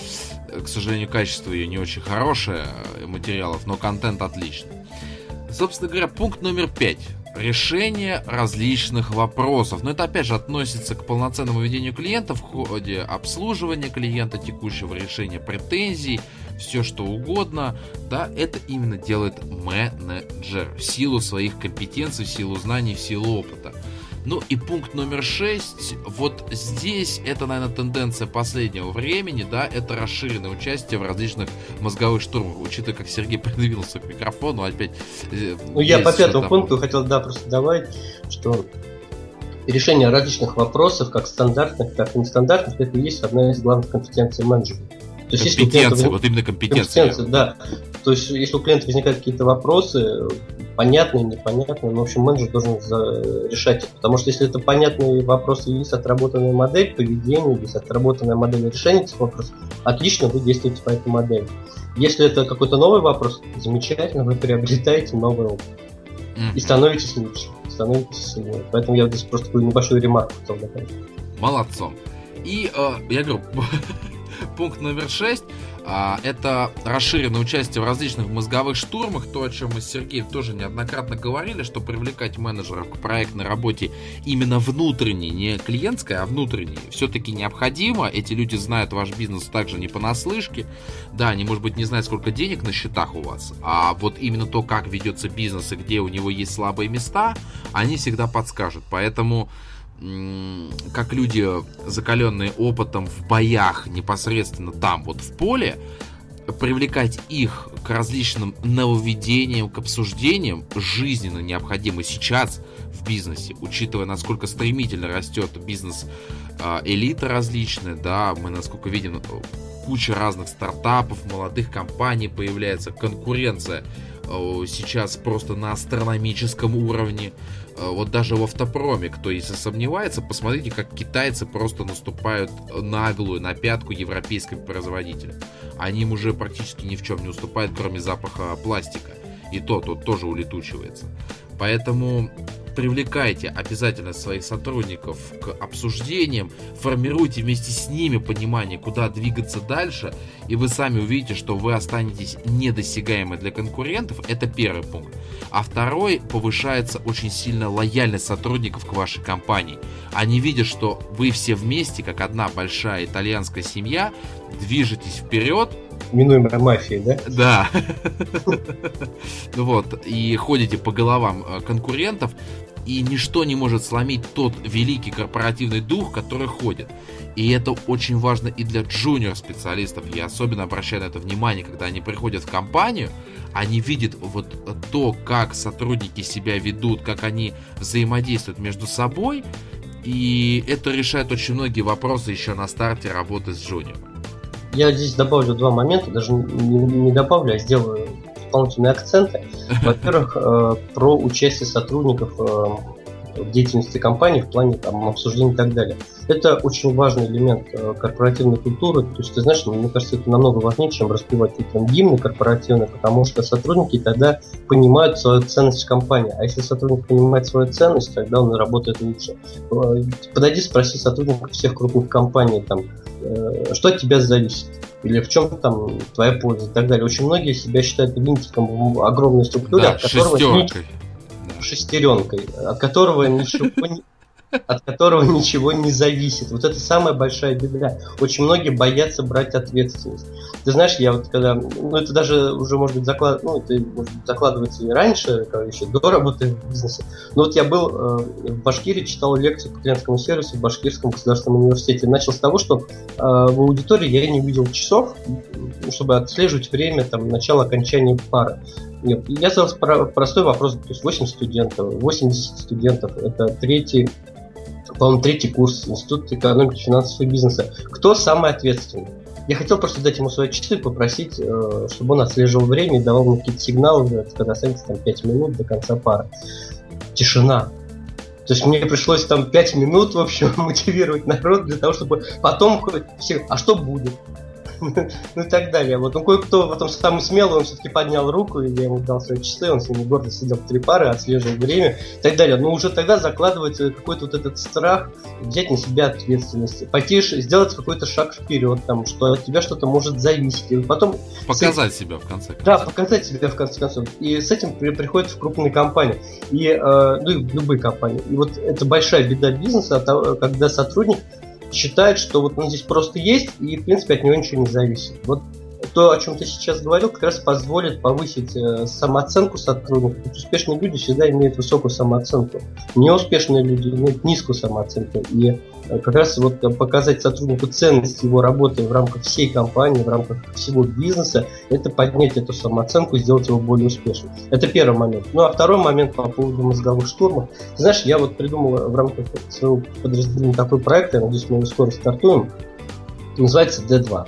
К сожалению, качество ее не очень хорошее, материалов, но контент отличный. Собственно говоря, пункт номер 5. Решение различных вопросов. Но это опять же относится к полноценному ведению клиента в ходе обслуживания клиента, текущего решения претензий, все что угодно. Да, это именно делает менеджер в силу своих компетенций, в силу знаний, в силу опыта. Ну и пункт номер 6, вот здесь это, наверное, тенденция последнего времени, да, это расширенное участие в различных мозговых штурмах, учитывая, как Сергей придвинулся к микрофону, опять... Ну, я по пятому пункту хотел, да, просто добавить, что решение различных вопросов, как стандартных, так и нестандартных, это и есть одна из главных компетенций менеджера. То есть, компетенция, вот именно компетенция. Да. То есть, если у клиента возникают какие-то вопросы, понятные, непонятные, но, в общем, менеджер должен решать их. Потому что если это понятные вопросы, есть отработанная модель поведения, есть отработанная модель решения этих вопросов, отлично, вы действуете по этой модели. Если это какой-то новый вопрос, замечательно, вы приобретаете новый опыт. И становитесь лучше, становитесь сильнее. Поэтому я здесь просто такую небольшую ремарку хотел добавить. Молодцом. И я говорю... Пункт номер 6 это расширенное участие в различных мозговых штурмах. То, о чем мы с Сергеем тоже неоднократно говорили, что привлекать менеджеров к проектной работе именно внутренней, не клиентской, а внутренней, все-таки необходимо. Эти люди знают ваш бизнес также не понаслышке. Да, они, может быть, не знают, сколько денег на счетах у вас, а вот именно то, как ведется бизнес и где у него есть слабые места, они всегда подскажут. Поэтому как люди, закаленные опытом в боях непосредственно там, вот в поле, привлекать их к различным нововведениям, к обсуждениям жизненно необходимо сейчас в бизнесе, учитывая, насколько стремительно растет бизнес элита различная, да, мы, насколько видим, куча разных стартапов, молодых компаний появляется, конкуренция сейчас просто на астрономическом уровне. Вот даже в автопроме, кто если сомневается, посмотрите, как китайцы просто наступают наглую на пятку европейским производителям. Они им уже практически ни в чем не уступают, кроме запаха пластика. И тот тоже улетучивается. Поэтому привлекайте обязательно своих сотрудников к обсуждениям, формируйте вместе с ними понимание, куда двигаться дальше, и вы сами увидите, что вы останетесь недосягаемы для конкурентов. Это первый пункт. А второй, повышается очень сильно лояльность сотрудников к вашей компании. Они видят, что вы все вместе, как одна большая итальянская семья, движетесь вперед, минуемой мафии, да? Да. Вот, и ходите по головам конкурентов, и ничто не может сломить тот великий корпоративный дух, который ходит. И это очень важно и для джуниор-специалистов. Я особенно обращаю на это внимание, когда они приходят в компанию, они видят вот то, как сотрудники себя ведут, как они взаимодействуют между собой, и это решает очень многие вопросы еще на старте работы с джуниором. Я здесь добавлю два момента, даже не добавлю, а сделаю дополнительные акценты. Во-первых, про участие сотрудников в деятельности компании в плане там, обсуждения и так далее. Это очень важный элемент корпоративной культуры. То есть, ты знаешь, мне кажется, это намного важнее, чем распевать там гимны корпоративные, потому что сотрудники тогда понимают свою ценность в компании. А если сотрудник понимает свою ценность, тогда он работает лучше. Подойди, спроси сотрудников всех крупных компаний, там, что от тебя зависит. Или в чем там твоя польза и так далее. Очень многие себя считают винтиком в огромной структуре, да, от которого шестеренкой, от которого ничего не зависит. Вот это самая большая беда. Очень многие боятся брать ответственность. Ты знаешь, я вот когда, это даже уже может быть закладывается и раньше, еще до работы в бизнесе. Но вот я был в Башкирии, читал лекцию по клиентскому сервису в Башкирском государственном университете. Начал с того, что в аудитории я не видел часов, чтобы отслеживать время начала окончания пары. Я задал простой вопрос, то есть 80 студентов, это третий курс Института экономики, финансов и бизнеса. Кто самый ответственный? Я хотел просто дать ему свои часы, попросить, чтобы он отслеживал время и давал мне какие-то сигналы, когда останется 5 минут до конца пары. Тишина. То есть мне пришлось 5 минут, в общем, мотивировать народ для того, чтобы потом все, а что будет? Ну и так далее. Вот, кое-кто в этом самый смелый, он все-таки поднял руку, и я ему дал свои часы, он с ними гордо сидел в 3 пары, отслеживал время и так далее. Но уже тогда закладывается какой-то вот этот страх взять на себя ответственность, пойти сделать какой-то шаг вперед, что от тебя что-то может зависеть. И потом показать себя в конце концов. Да, показать себя в конце концов. И с этим приходят в крупные компании. И в любые компании. И вот это большая беда бизнеса, когда сотрудник считает, что вот он здесь просто есть, и, в принципе, от него ничего не зависит. Вот то, о чем ты сейчас говорил, как раз позволит повысить самооценку сотрудников. Ведь успешные люди всегда имеют высокую самооценку. Неуспешные люди имеют низкую самооценку. И как раз вот показать сотруднику ценность его работы в рамках всей компании, в рамках всего бизнеса, это поднять эту самооценку и сделать его более успешным. Это первый момент. Ну а второй момент по поводу мозговых штурмов. Ты знаешь, я вот придумал в рамках своего подразделения такой проект, я надеюсь, мы его скоро стартуем, называется D2.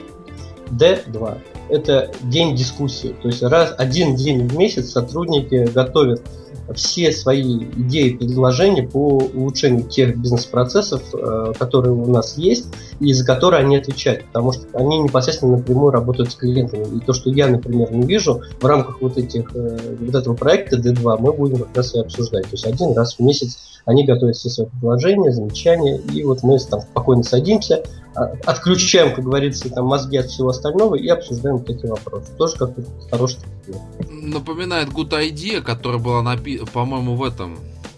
D2. Это день дискуссии. То есть один день в месяц сотрудники готовят все свои идеи и предложения по улучшению тех бизнес-процессов, которые у нас есть, и за которые они отвечают, потому что они непосредственно напрямую работают с клиентами. И то, что я, например, не вижу, в рамках вот этого проекта D2 мы будем как раз и обсуждать. То есть один раз в месяц они готовят все свои предложения, замечания, и вот мы спокойно садимся, отключаем, как говорится, мозги от всего остального и обсуждаем вот эти вопросы. Тоже как-то хороший. Напоминает Good Idea, которая была по-моему, в этом...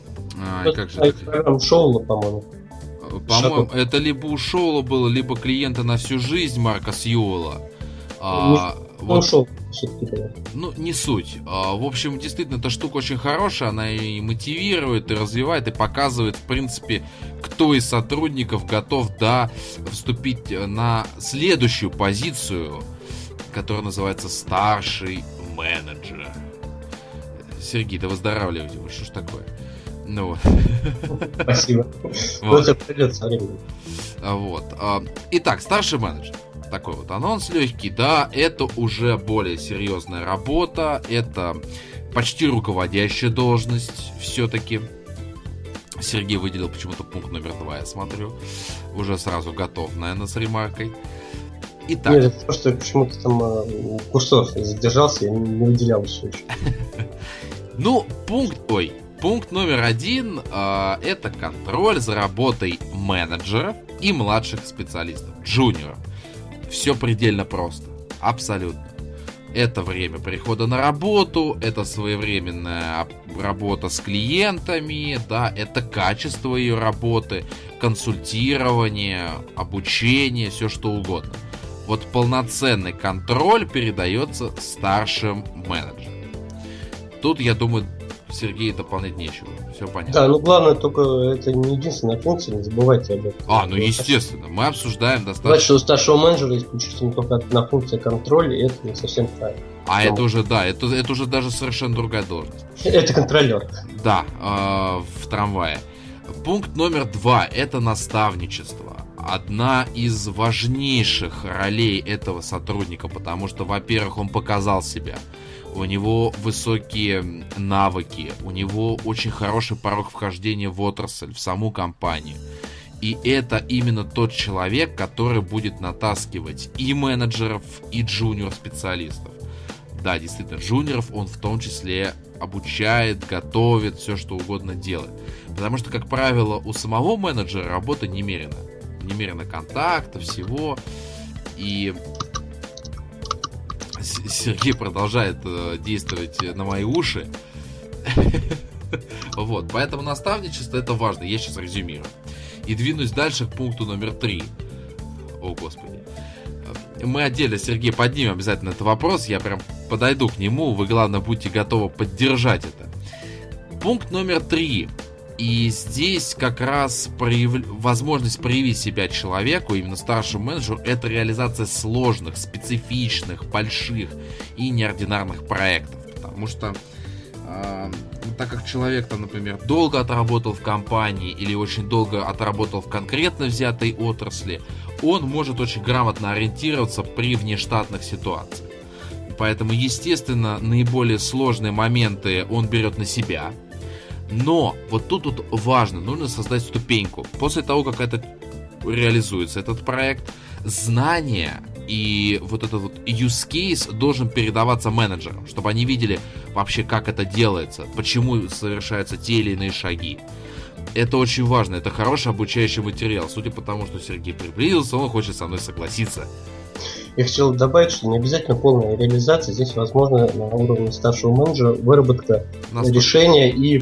как же это? Шоула, по-моему. По-моему, это либо у Шоула было, либо клиента на всю жизнь Марка Сьюэлла. Шоу все-таки было. Ну, не суть. В общем, действительно, эта штука очень хорошая. Она и мотивирует, и развивает, и показывает, в принципе, кто из сотрудников готов, вступить на следующую позицию, которая называется старший менеджер. Сергей, да выздоравливайте вы, что ж такое? Ну вот. Спасибо. Вот это придет со временем. Вот. Итак, старший менеджер. Такой вот анонс легкий, да, это уже более серьезная работа, это почти руководящая должность все-таки. Сергей выделил почему-то пункт номер 2, я смотрю. Уже сразу готов, наверное, с ремаркой. Итак. Нет, это просто почему-то там курсор задержался, я не выделял еще. Ну, пункт номер 1 это контроль за работой менеджеров и младших специалистов, джуниоров. Все предельно просто, абсолютно. Это время прихода на работу, это своевременная работа с клиентами, да, это качество ее работы, консультирование, обучение, все что угодно. Вот полноценный контроль передается старшим менеджерам. Тут, я думаю, Сергею дополнять нечего. Все понятно. Да, ну главное только это не единственная функция, не забывайте об этом. Ну естественно, мы обсуждаем достаточно... Значит, что у старшего менеджера есть исключительно только одна функция контроля, и это не совсем правильно. Это уже, да, это уже даже совершенно другая должность. Это контролер. Да, в трамвае. Пункт номер 2 – это наставничество. Одна из важнейших ролей этого сотрудника, потому что, во-первых, он показал себя. У него высокие навыки, у него очень хороший порог вхождения в отрасль, в саму компанию. И это именно тот человек, который будет натаскивать и менеджеров, и джуниор-специалистов. Да, действительно, джуниоров он в том числе обучает, готовит, все что угодно делает. Потому что, как правило, у самого менеджера работа немерена. Немерено контактов, всего. И Сергей продолжает действовать на мои уши. Вот, поэтому наставничество это важно. Я сейчас резюмирую. И двинусь дальше к пункту номер 3. О, Господи. Мы отдельно, Сергей, поднимем обязательно этот вопрос. Я прям подойду к нему. Вы, главное, будьте готовы поддержать это. Пункт номер 3. И здесь как раз возможность проявить себя человеку, именно старшему менеджеру, это реализация сложных, специфичных, больших и неординарных проектов. Потому что так как человек, там, например, долго отработал в компании или очень долго отработал в конкретно взятой отрасли, он может очень грамотно ориентироваться при внештатных ситуациях. Поэтому, естественно, наиболее сложные моменты он берет на себя. Но вот тут важно, нужно создать ступеньку. После того, как это реализуется, этот проект, знания и вот этот вот use case должен передаваться менеджерам, чтобы они видели вообще, как это делается, почему совершаются те или иные шаги. Это очень важно, это хороший обучающий материал. Судя по тому, что Сергей приблизился, он хочет со мной согласиться. Я хотел добавить, что не обязательно полная реализация. Здесь возможно на уровне старшего менеджера выработка решения и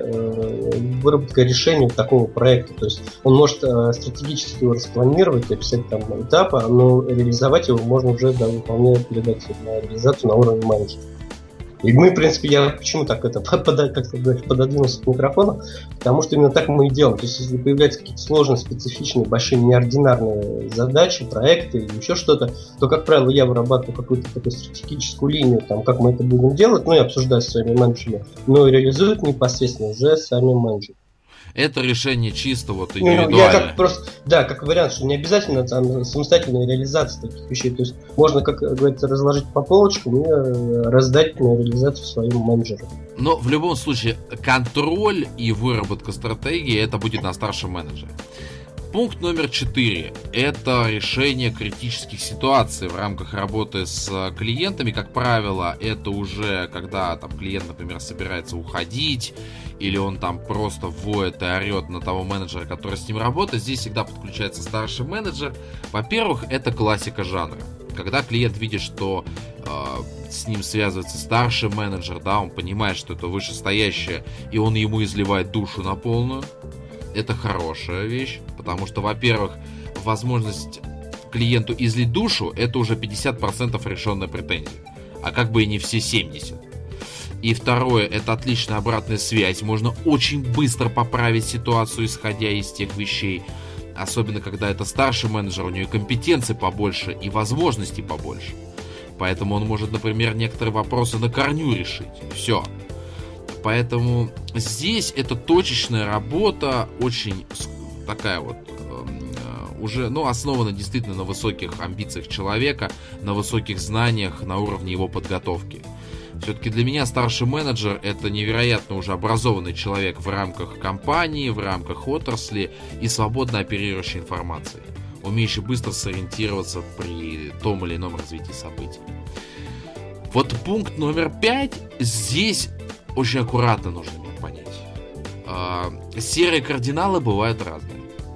выработка решения такого проекта. То есть он может стратегически его распланировать, описать там этапы, но реализовать его можно уже вполне передать на реализацию на уровне менеджера. И мы, в принципе, я почему так пододвинулся к микрофону, потому что именно так мы и делаем. То есть, если появляются какие-то сложные, специфичные, большие, неординарные задачи, проекты или еще что-то, то, как правило, я вырабатываю какую-то такую стратегическую линию, там, как мы это будем делать, я обсуждаю с своими менеджерами, но реализуют непосредственно уже сами менеджеры. Это решение чисто вот индивидуальное. Я как вариант, что не обязательно там самостоятельная реализация таких вещей. То есть можно, как говорится, разложить по полочкам и раздать на реализацию своим менеджерам. Но в любом случае контроль и выработка стратегии это будет на старшем менеджере. Пункт номер 4. Это решение критических ситуаций в рамках работы с клиентами. Как правило, это уже когда там клиент, например, собирается уходить, или он там просто воет и орет на того менеджера, который с ним работает. Здесь всегда подключается старший менеджер. Во-первых, это классика жанра. Когда клиент видит, что с ним связывается старший менеджер, да, он понимает, что это вышестоящее, и он ему изливает душу на полную. Это хорошая вещь, потому что, во-первых, возможность клиенту излить душу, это уже 50% решенная претензия, а как бы и не все 70%. И второе, это отличная обратная связь, можно очень быстро поправить ситуацию, исходя из тех вещей, особенно когда это старший менеджер, у него и компетенций побольше, и возможностей побольше. Поэтому он может, например, некоторые вопросы на корню решить. Все. Поэтому здесь это точечная работа, очень такая вот, уже, основана действительно на высоких амбициях человека, на высоких знаниях, на уровне его подготовки. Все-таки для меня старший менеджер это невероятно уже образованный человек в рамках компании, в рамках отрасли и свободно оперирующий информацией, умеющий быстро сориентироваться при том или ином развитии событий. Вот пункт номер 5, здесь очень аккуратно нужно понять. Серые кардиналы бывают разные.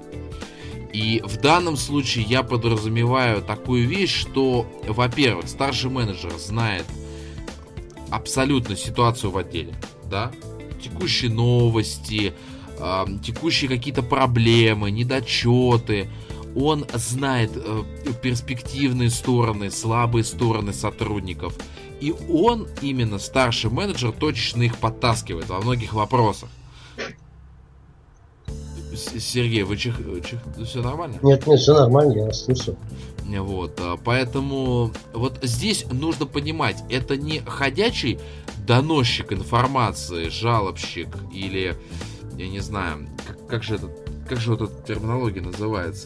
И в данном случае я подразумеваю такую вещь, что, во-первых, старший менеджер знает абсолютно ситуацию в отделе, да? Текущие новости, текущие какие-то проблемы, недочеты. он знает перспективные стороны, слабые стороны сотрудников. И он, именно старший менеджер, точечно их подтаскивает во многих вопросах. Сергей, вы все нормально? Нет, все нормально, я вас слушаю. Вот, поэтому вот здесь нужно понимать, это не ходячий доносчик информации, жалобщик или, я не знаю, как же вот эта терминология называется?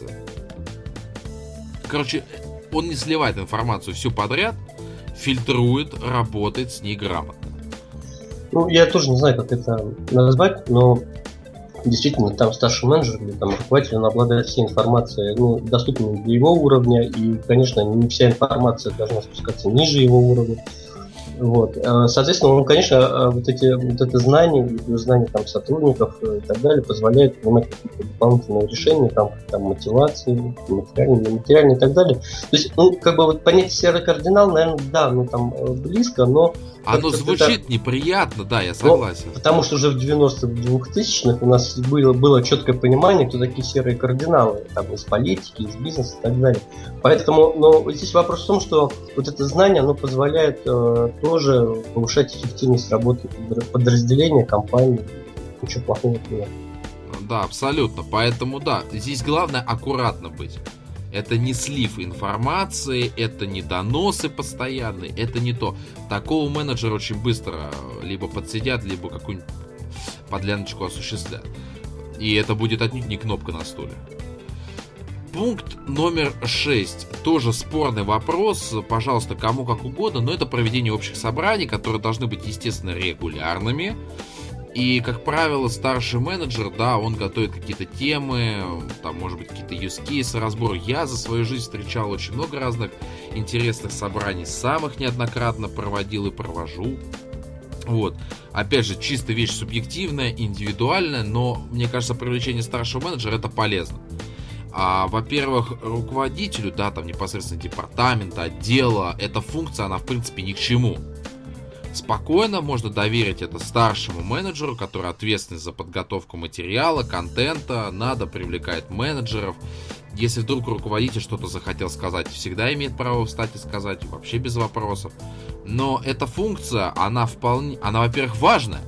Короче, он не сливает информацию всю подряд, фильтрует, работает с ней грамотно. Ну, я тоже не знаю, как это назвать, но действительно, там старший менеджер или там руководитель, он обладает всей информацией, доступной для его уровня, и, конечно, не вся информация должна спускаться ниже его уровня. Вот. Соответственно, он, конечно, вот это знание там, сотрудников и так далее позволяет принимать какие-то дополнительные решения, там мотивации, материальные и так далее. То есть, вот понятие серый кардинал, наверное, да, там близко, но оно звучит неприятно, да, я согласен. Потому что уже в 2000-х у нас было четкое понимание, кто такие серые кардиналы, там, из политики, из бизнеса и так далее. Поэтому, здесь вопрос в том, что вот это знание, оно позволяет тоже повышать эффективность работы подразделения, компании. Ничего плохого нет. Да, абсолютно. Поэтому, да, здесь главное аккуратно быть. Это не слив информации, это не доносы постоянные, это не то. Такого менеджера очень быстро либо подсидят, либо какую-нибудь подляночку осуществлят. И это будет отнюдь не кнопка на стуле. Пункт номер 6. Тоже спорный вопрос. Пожалуйста, кому как угодно, но это проведение общих собраний, которые должны быть, естественно, регулярными. И, как правило, старший менеджер, да, он готовит какие-то темы, там, может быть, какие-то use cases, разбор. Я за свою жизнь встречал очень много разных интересных собраний, сам их неоднократно проводил и провожу. Вот. Опять же, чисто вещь субъективная, индивидуальная, но, мне кажется, привлечение старшего менеджера это полезно. Во-первых, руководителю, да, там непосредственно департамента, отдела, эта функция, она в принципе ни к чему. Спокойно можно доверить это старшему менеджеру, который ответственный за подготовку материала, контента, надо привлекать менеджеров. Если вдруг руководитель что-то захотел сказать, всегда имеет право встать и сказать, вообще без вопросов. Но эта функция, она, во-первых, важная,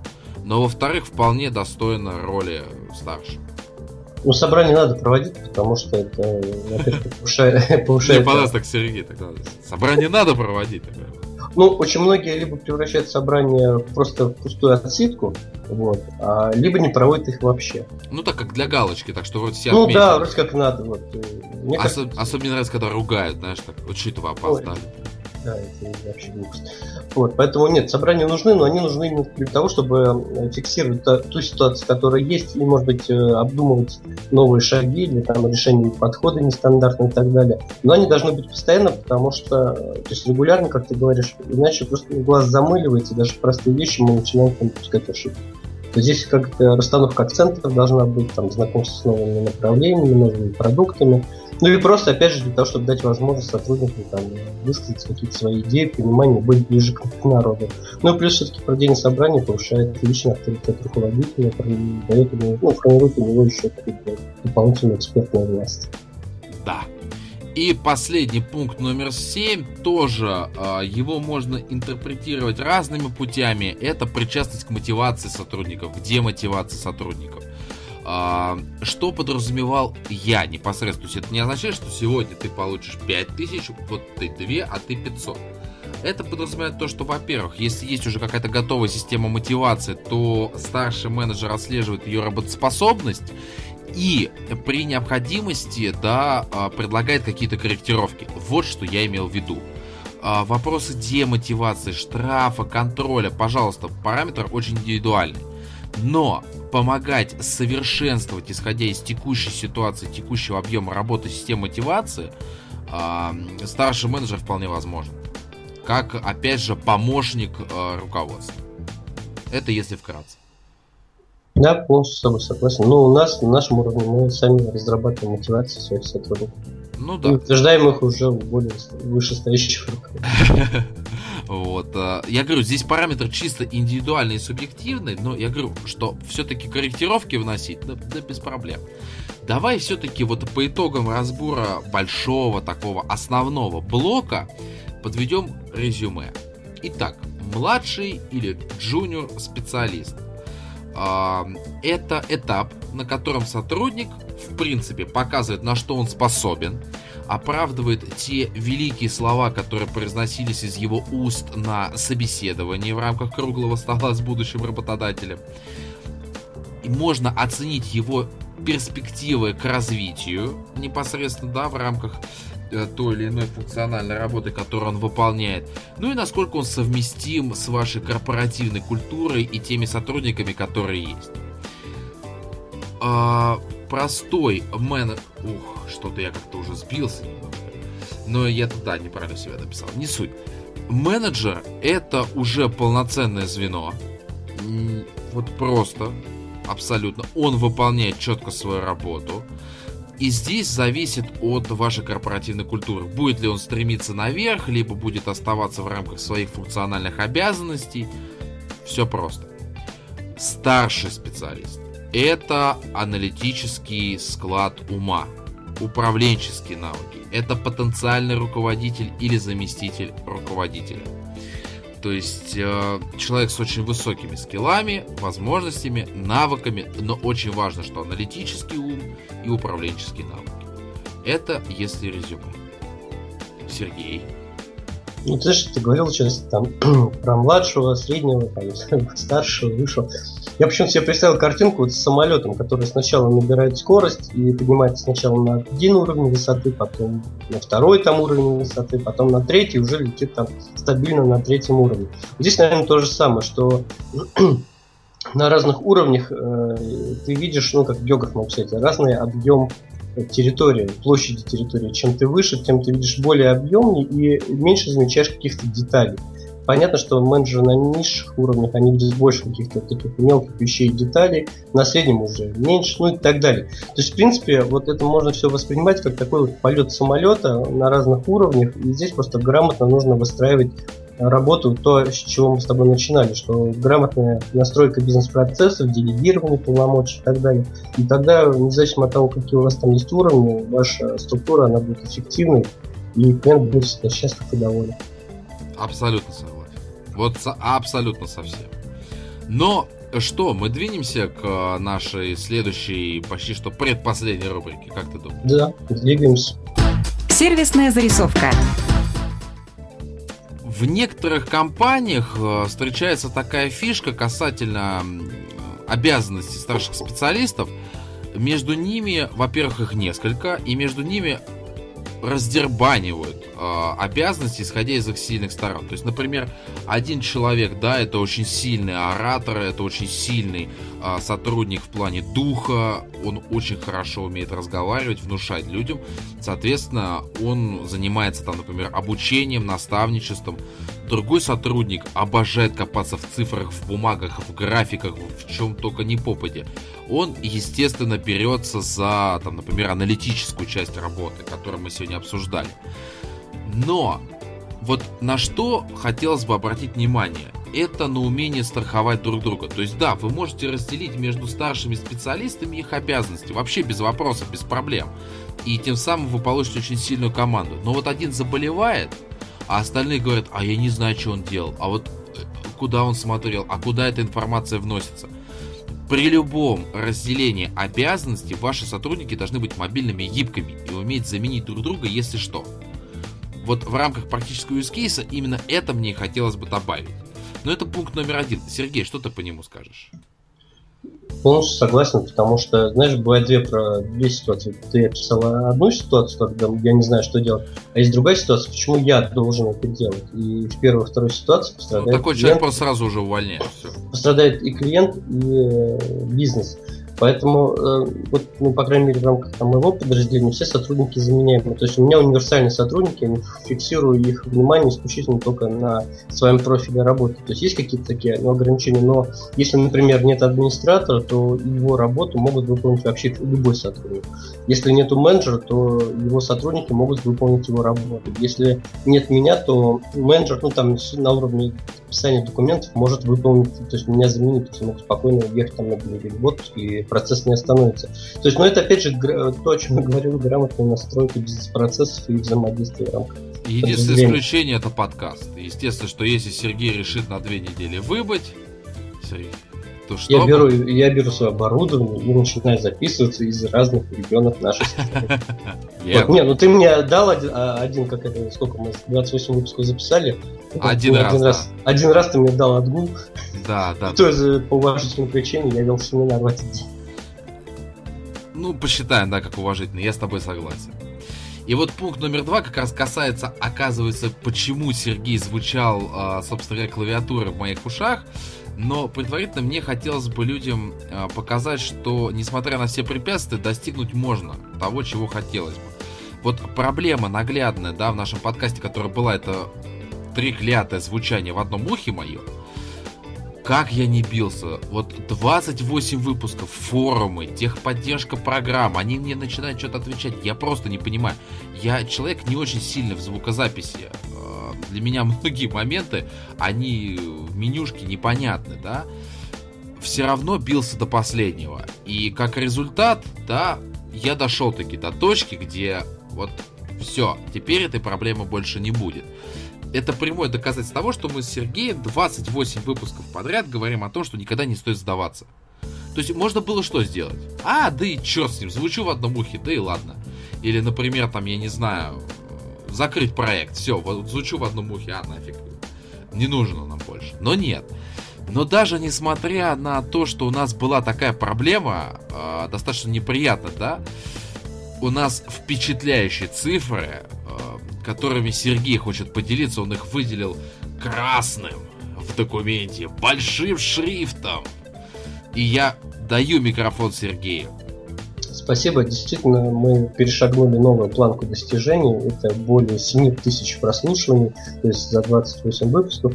но, во-вторых, вполне достойна роли старшего. Собрание надо проводить, потому что это, во-первых, повышает... Мне понравилось так, Сергей, так надо. Собрание надо проводить. Очень многие либо превращают собрание просто в пустую отсидку, вот, либо не проводят их вообще. Так как для галочки, так что вроде все отметили. Да, вроде как надо. Вот. Особенно нравится, когда ругают, знаешь, так, вот что это вы опоздали. Да, это вообще глупость. Вот, поэтому нет, собрания нужны, но они нужны именно для того, чтобы фиксировать ту ситуацию, которая есть, и, может быть, обдумывать новые шаги для решения подхода нестандартного и так далее. Но они должны быть постоянно, потому что, то есть регулярно, как ты говоришь, иначе просто глаз замыливается, даже простые вещи мы начинаем допускать ошибки. То здесь как-то расстановка акцентов должна быть, знакомство с новыми направлениями, новыми продуктами. И просто, опять же, для того, чтобы дать возможность сотрудникам высказать какие-то свои идеи, понимание, быть ближе к народу. И плюс все-таки проведение собрания повышает личный авторитет руководителя, дает ему, формирует у него еще какую-то дополнительную экспертную власть. Да. И последний пункт номер 7, тоже его можно интерпретировать разными путями. Это причастность к мотивации сотрудников, к демотивации сотрудников. Что подразумевал я непосредственно? То есть это не означает, что сегодня ты получишь 5000, вот ты 2, а ты 500. Это подразумевает то, что, во-первых, если есть уже какая-то готовая система мотивации, то старший менеджер отслеживает ее работоспособность и при необходимости, предлагает какие-то корректировки. Вот что я имел в виду. Вопросы демотивации, штрафа, контроля, пожалуйста, параметр очень индивидуальный. Но помогать совершенствовать, исходя из текущей ситуации, текущего объема работы системы мотивации, старший менеджер вполне возможен. Как, опять же, помощник руководства. Это если вкратце. Да, полностью с тобой согласен. У нас, на нашем уровне, мы сами разрабатываем мотивацию своих сотрудников. Да. И утверждаем их уже в более вышестоящих руках. Вот. Я говорю, здесь параметр чисто индивидуальный и субъективный, но я говорю, что все-таки корректировки вносить, да без проблем. Давай все-таки вот по итогам разбора большого такого основного блока подведем резюме. Итак, младший или джуниор специалист. Это этап, на котором сотрудник, в принципе, показывает, на что он способен, оправдывает те великие слова, которые произносились из его уст на собеседовании в рамках круглого стола с будущим работодателем. И можно оценить его перспективы к развитию непосредственно, да, в рамках той или иной функциональной работы, которую он выполняет. Ну и насколько он совместим с вашей корпоративной культурой и теми сотрудниками, которые есть. Простой менеджер... что-то я как-то уже сбился немножко. Но я туда неправильно себя написал. Не суть. Менеджер — это уже полноценное звено. Вот просто, абсолютно. Он выполняет четко свою работу. И здесь зависит от вашей корпоративной культуры. Будет ли он стремиться наверх, либо будет оставаться в рамках своих функциональных обязанностей. Все просто. Старший специалист — это аналитический склад ума, управленческие навыки. Это потенциальный руководитель или заместитель руководителя. То есть человек с очень высокими скиллами, возможностями, навыками, но очень важно, что аналитический ум и управленческие навыки. Это если резюме. Сергей. Ну, ты же говорил сейчас там про младшего, среднего, там, старшего, высшего. Я почему-то себе представил картинку вот с самолетом, который сначала набирает скорость и поднимается сначала на один уровень высоты, потом на второй там уровень высоты, потом на третий, уже летит там стабильно на третьем уровне. Здесь, наверное, то же самое, что на разных уровнях ты видишь, ну, как географ мог сказать, разный объем территории, площади территории. Чем ты выше, тем ты видишь более объемнее и меньше замечаешь каких-то деталей. Понятно, что менеджеры на низших уровнях, они видят больше каких-то таких мелких вещей и деталей, на среднем уже меньше, ну и так далее. То есть, в принципе, вот это можно все воспринимать как такой вот полет самолета на разных уровнях, и здесь просто грамотно нужно выстраивать работу, то, с чего мы с тобой начинали, что грамотная настройка бизнес-процессов, делегирование полномочий и так далее. И тогда, независимо от того, какие у вас там есть уровни, ваша структура, она будет эффективной, и клиент будет всегда счастлив и доволен. Абсолютно согласен. Вот абсолютно совсем. Но что, мы двинемся к нашей следующей, почти что предпоследней рубрике, как ты думаешь? Да, двигаемся. Сервисная зарисовка. В некоторых компаниях встречается такая фишка касательно обязанностей старших специалистов. Между ними, во-первых, их несколько, и между ними раздербанивают обязанности, исходя из их сильных сторон. То есть, например, один человек, да, это очень сильный оратор, это очень сильный сотрудник в плане духа, он очень хорошо умеет разговаривать, внушать людям. Соответственно, он занимается там, например, обучением, наставничеством. Другой сотрудник обожает копаться в цифрах, в бумагах, в графиках, в чем только не попадя. Он, естественно, берется за, там, например, аналитическую часть работы, которую мы сегодня обсуждали. Но вот на что хотелось бы обратить внимание, это на умение страховать друг друга. То есть да, вы можете разделить между старшими специалистами их обязанности, вообще без вопросов, без проблем. И тем самым вы получите очень сильную команду. Но вот один заболевает, а остальные говорят, а я не знаю, что он делал, а вот куда он смотрел, а куда эта информация вносится. При любом разделении обязанностей ваши сотрудники должны быть мобильными и гибкими и уметь заменить друг друга, если что. Вот в рамках практического use-кейса именно это мне хотелось бы добавить. Но это пункт номер 1. Сергей, что ты по нему скажешь? Полностью согласен, потому что, знаешь, бывает две ситуации. Ты описала одну ситуацию, когда я не знаю, что делать, а есть другая ситуация, почему я должен это делать. И в первой и второй ситуации пострадает такой клиент, человек просто сразу уже увольняет. Все. Пострадает и клиент, и бизнес. Поэтому, по крайней мере, в рамках моего подразделения все сотрудники заменяемые. То есть у меня универсальные сотрудники, я фиксирую их внимание исключительно только на своем профиле работы. То есть есть какие-то такие ограничения, но если, например, нет администратора, то его работу могут выполнить вообще любой сотрудник. Если нету менеджера, то его сотрудники могут выполнить его работу. Если нет меня, то менеджер, на уровне описания документов может выполнить, то есть меня заменить, то есть могут спокойно ехать на отпуск, и процесс не остановится. То есть, это опять же то, о чем я говорил, грамотная настройка бизнес-процессов и взаимодействия в рамках. Единственное исключение — это подкаст. Естественно, что если Сергей решит на 2 недели выбыть, Сергей, то что? Я беру свое оборудование и начинаю записываться из разных регионов нашей страны. Ты мне дал один, сколько мы 28 выпусков записали. Один раз ты мне дал отгул. Да. Тоже по уважительным причинам я вел семинар в этот день. Посчитаем, как уважительно, я с тобой согласен. И пункт номер 2 как раз касается, оказывается, почему Сергей звучал, собственно говоря, клавиатурой в моих ушах. Но предварительно мне хотелось бы людям показать, что, несмотря на все препятствия, достигнуть можно того, чего хотелось бы. Проблема наглядная, в нашем подкасте, которая была, это треклятое звучание в одном ухе мое. Как я не бился. 28 выпусков, форумы, техподдержка программ, они мне начинают что-то отвечать. Я просто не понимаю. Я человек не очень сильный в звукозаписи. Для меня многие моменты, они в менюшке непонятны, Все равно бился до последнего. И как результат, я дошел таки до точки, где все, теперь этой проблемы больше не будет. Это прямое доказательство того, что мы с Сергеем 28 выпусков подряд говорим о том, что никогда не стоит сдаваться. То есть можно было что сделать? Да и черт с ним, звучу в одном ухе, да и ладно. Или, например, я не знаю, закрыть проект, все, звучу в одном ухе, нафиг, не нужно нам больше. Но нет. Но даже несмотря на то, что у нас была такая проблема, достаточно неприятно, у нас впечатляющие цифры, которыми Сергей хочет поделиться. Он их выделил красным в документе, большим шрифтом. И я даю микрофон Сергею. Спасибо. Действительно, мы перешагнули новую планку достижений. Это более 7 тысяч прослушиваний. То есть за 28 выпусков,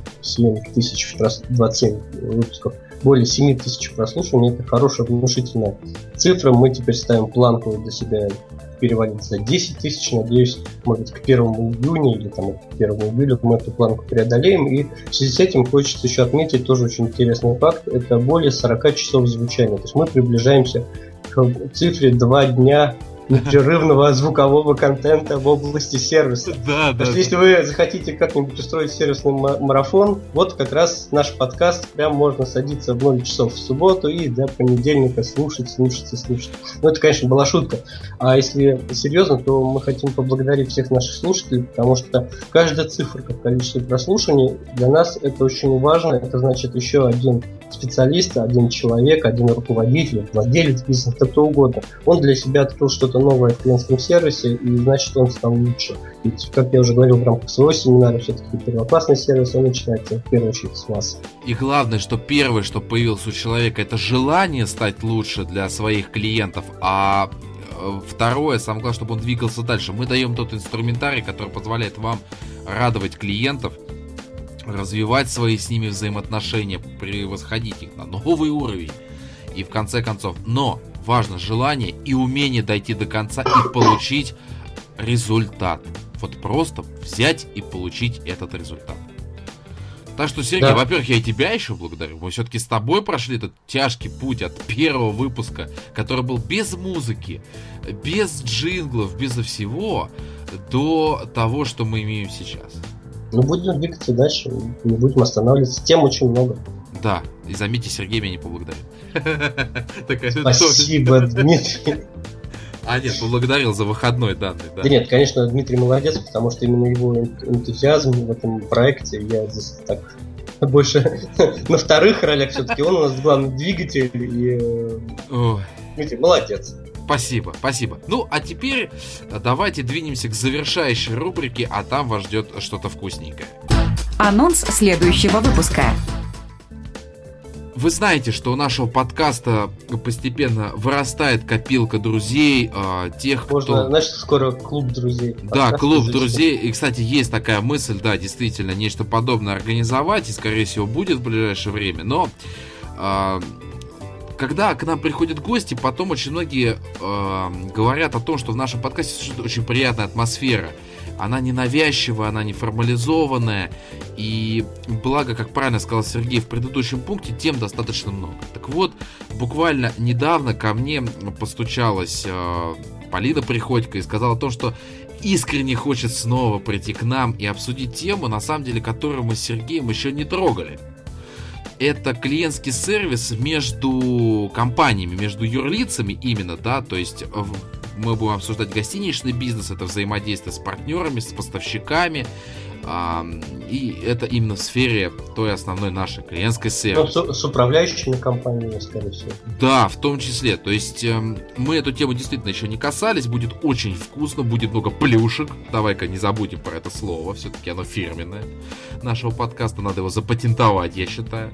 27 выпусков, более 7 тысяч прослушиваний. Это хорошая, внушительная цифра. Мы теперь ставим планку для себя перевалить за 10 тысяч. Надеюсь, может быть, к 1 июня или к 1 июля мы эту планку преодолеем. И в связи с этим хочется еще отметить тоже очень интересный факт. Это более 40 часов звучания. То есть мы приближаемся к цифре 2 дня непрерывного звукового контента в области сервиса. Да. Если вы захотите как-нибудь устроить сервисный марафон, как раз наш подкаст прям можно садиться в 0 часов в субботу и до понедельника слушать. Это, конечно, была шутка. А если серьезно, то мы хотим поблагодарить всех наших слушателей, потому что каждая циферка в количестве прослушаний для нас это очень важно. Это значит еще один специалист, один человек, один руководитель, владелец бизнеса, кто угодно. Он для себя открыл что-то новое в клиентском сервисе, и значит он стал лучше. Ведь, как я уже говорил в рамках своего семинара, все-таки первоклассный сервис, он начинается в первую очередь с вас. И главное, что первое, что появилось у человека, это желание стать лучше для своих клиентов, а второе, самое главное, чтобы он двигался дальше. Мы даем тот инструментарий, который позволяет вам радовать клиентов, развивать свои с ними взаимоотношения, превосходить их на новый уровень. И в конце концов, но важно желание и умение дойти до конца и получить результат. Просто взять и получить этот результат. Так что, Сергей, во-первых, я и тебя еще благодарю. Мы все-таки с тобой прошли этот тяжкий путь от первого выпуска, который был без музыки, без джинглов, без всего, до того, что мы имеем сейчас. Будем двигаться дальше, не будем останавливаться. Тем очень много. Да, и заметьте, Сергей меня не поблагодарил. Спасибо, Дмитрий. Нет, поблагодарил за выходной данный. Да нет, конечно, Дмитрий молодец, потому что именно его энтузиазм в этом проекте, я здесь так больше на вторых ролях все-таки. Он у нас главный двигатель, и Дмитрий молодец. Спасибо. А теперь давайте двинемся к завершающей рубрике, а там вас ждет что-то вкусненькое. Анонс следующего выпуска. Вы знаете, что у нашего подкаста постепенно вырастает копилка друзей, тех, Можно, кто... значит, скоро клуб друзей. Да, клуб друзей. И, кстати, есть такая мысль, да, действительно, нечто подобное организовать, и, скорее всего, будет в ближайшее время. Но когда к нам приходят гости, потом очень многие говорят о том, что в нашем подкасте очень приятная атмосфера. Она не навязчивая, она не формализованная. И благо, как правильно сказал Сергей в предыдущем пункте, тем достаточно много. Так вот, буквально недавно ко мне постучалась Полина Приходько и сказала о том, что искренне хочет снова прийти к нам и обсудить тему, на самом деле, которую мы с Сергеем еще не трогали. Это клиентский сервис между компаниями, между юрлицами именно, да, то есть мы будем обсуждать гостиничный бизнес, это взаимодействие с партнерами, с поставщиками, и это именно в сфере той основной нашей клиентской сервиса. С управляющими компаниями, скорее всего. Да, в том числе. То есть мы эту тему действительно еще не касались. Будет очень вкусно, будет много плюшек. Давай-ка не забудем про это слово. Все-таки оно фирменное нашего подкаста. Надо его запатентовать, я считаю.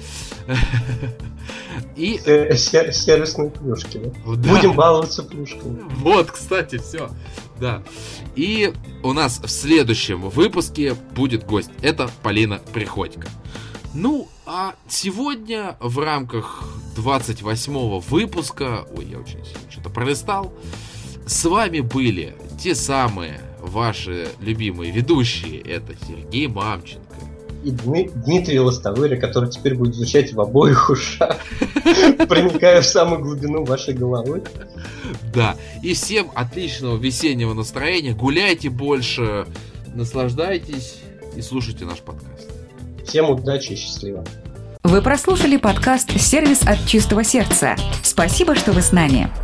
И... Сервисные плюшки, да? Будем баловаться плюшками. Вот, кстати, все. Да. И у нас в следующем выпуске будет гость. Это Полина Приходько. Ну, а сегодня в рамках 28-го выпуска... Ой, я очень сильно что-то пролистал. С вами были те самые ваши любимые ведущие. Это Сергей Мамченко. И Дмитрий Лостовыря, который теперь будет звучать в обоих ушах, проникая в самую глубину вашей головы. Да, и всем отличного весеннего настроения. Гуляйте больше, наслаждайтесь и слушайте наш подкаст. Всем удачи и счастливо. Вы прослушали подкаст «Сервис от чистого сердца». Спасибо, что вы с нами.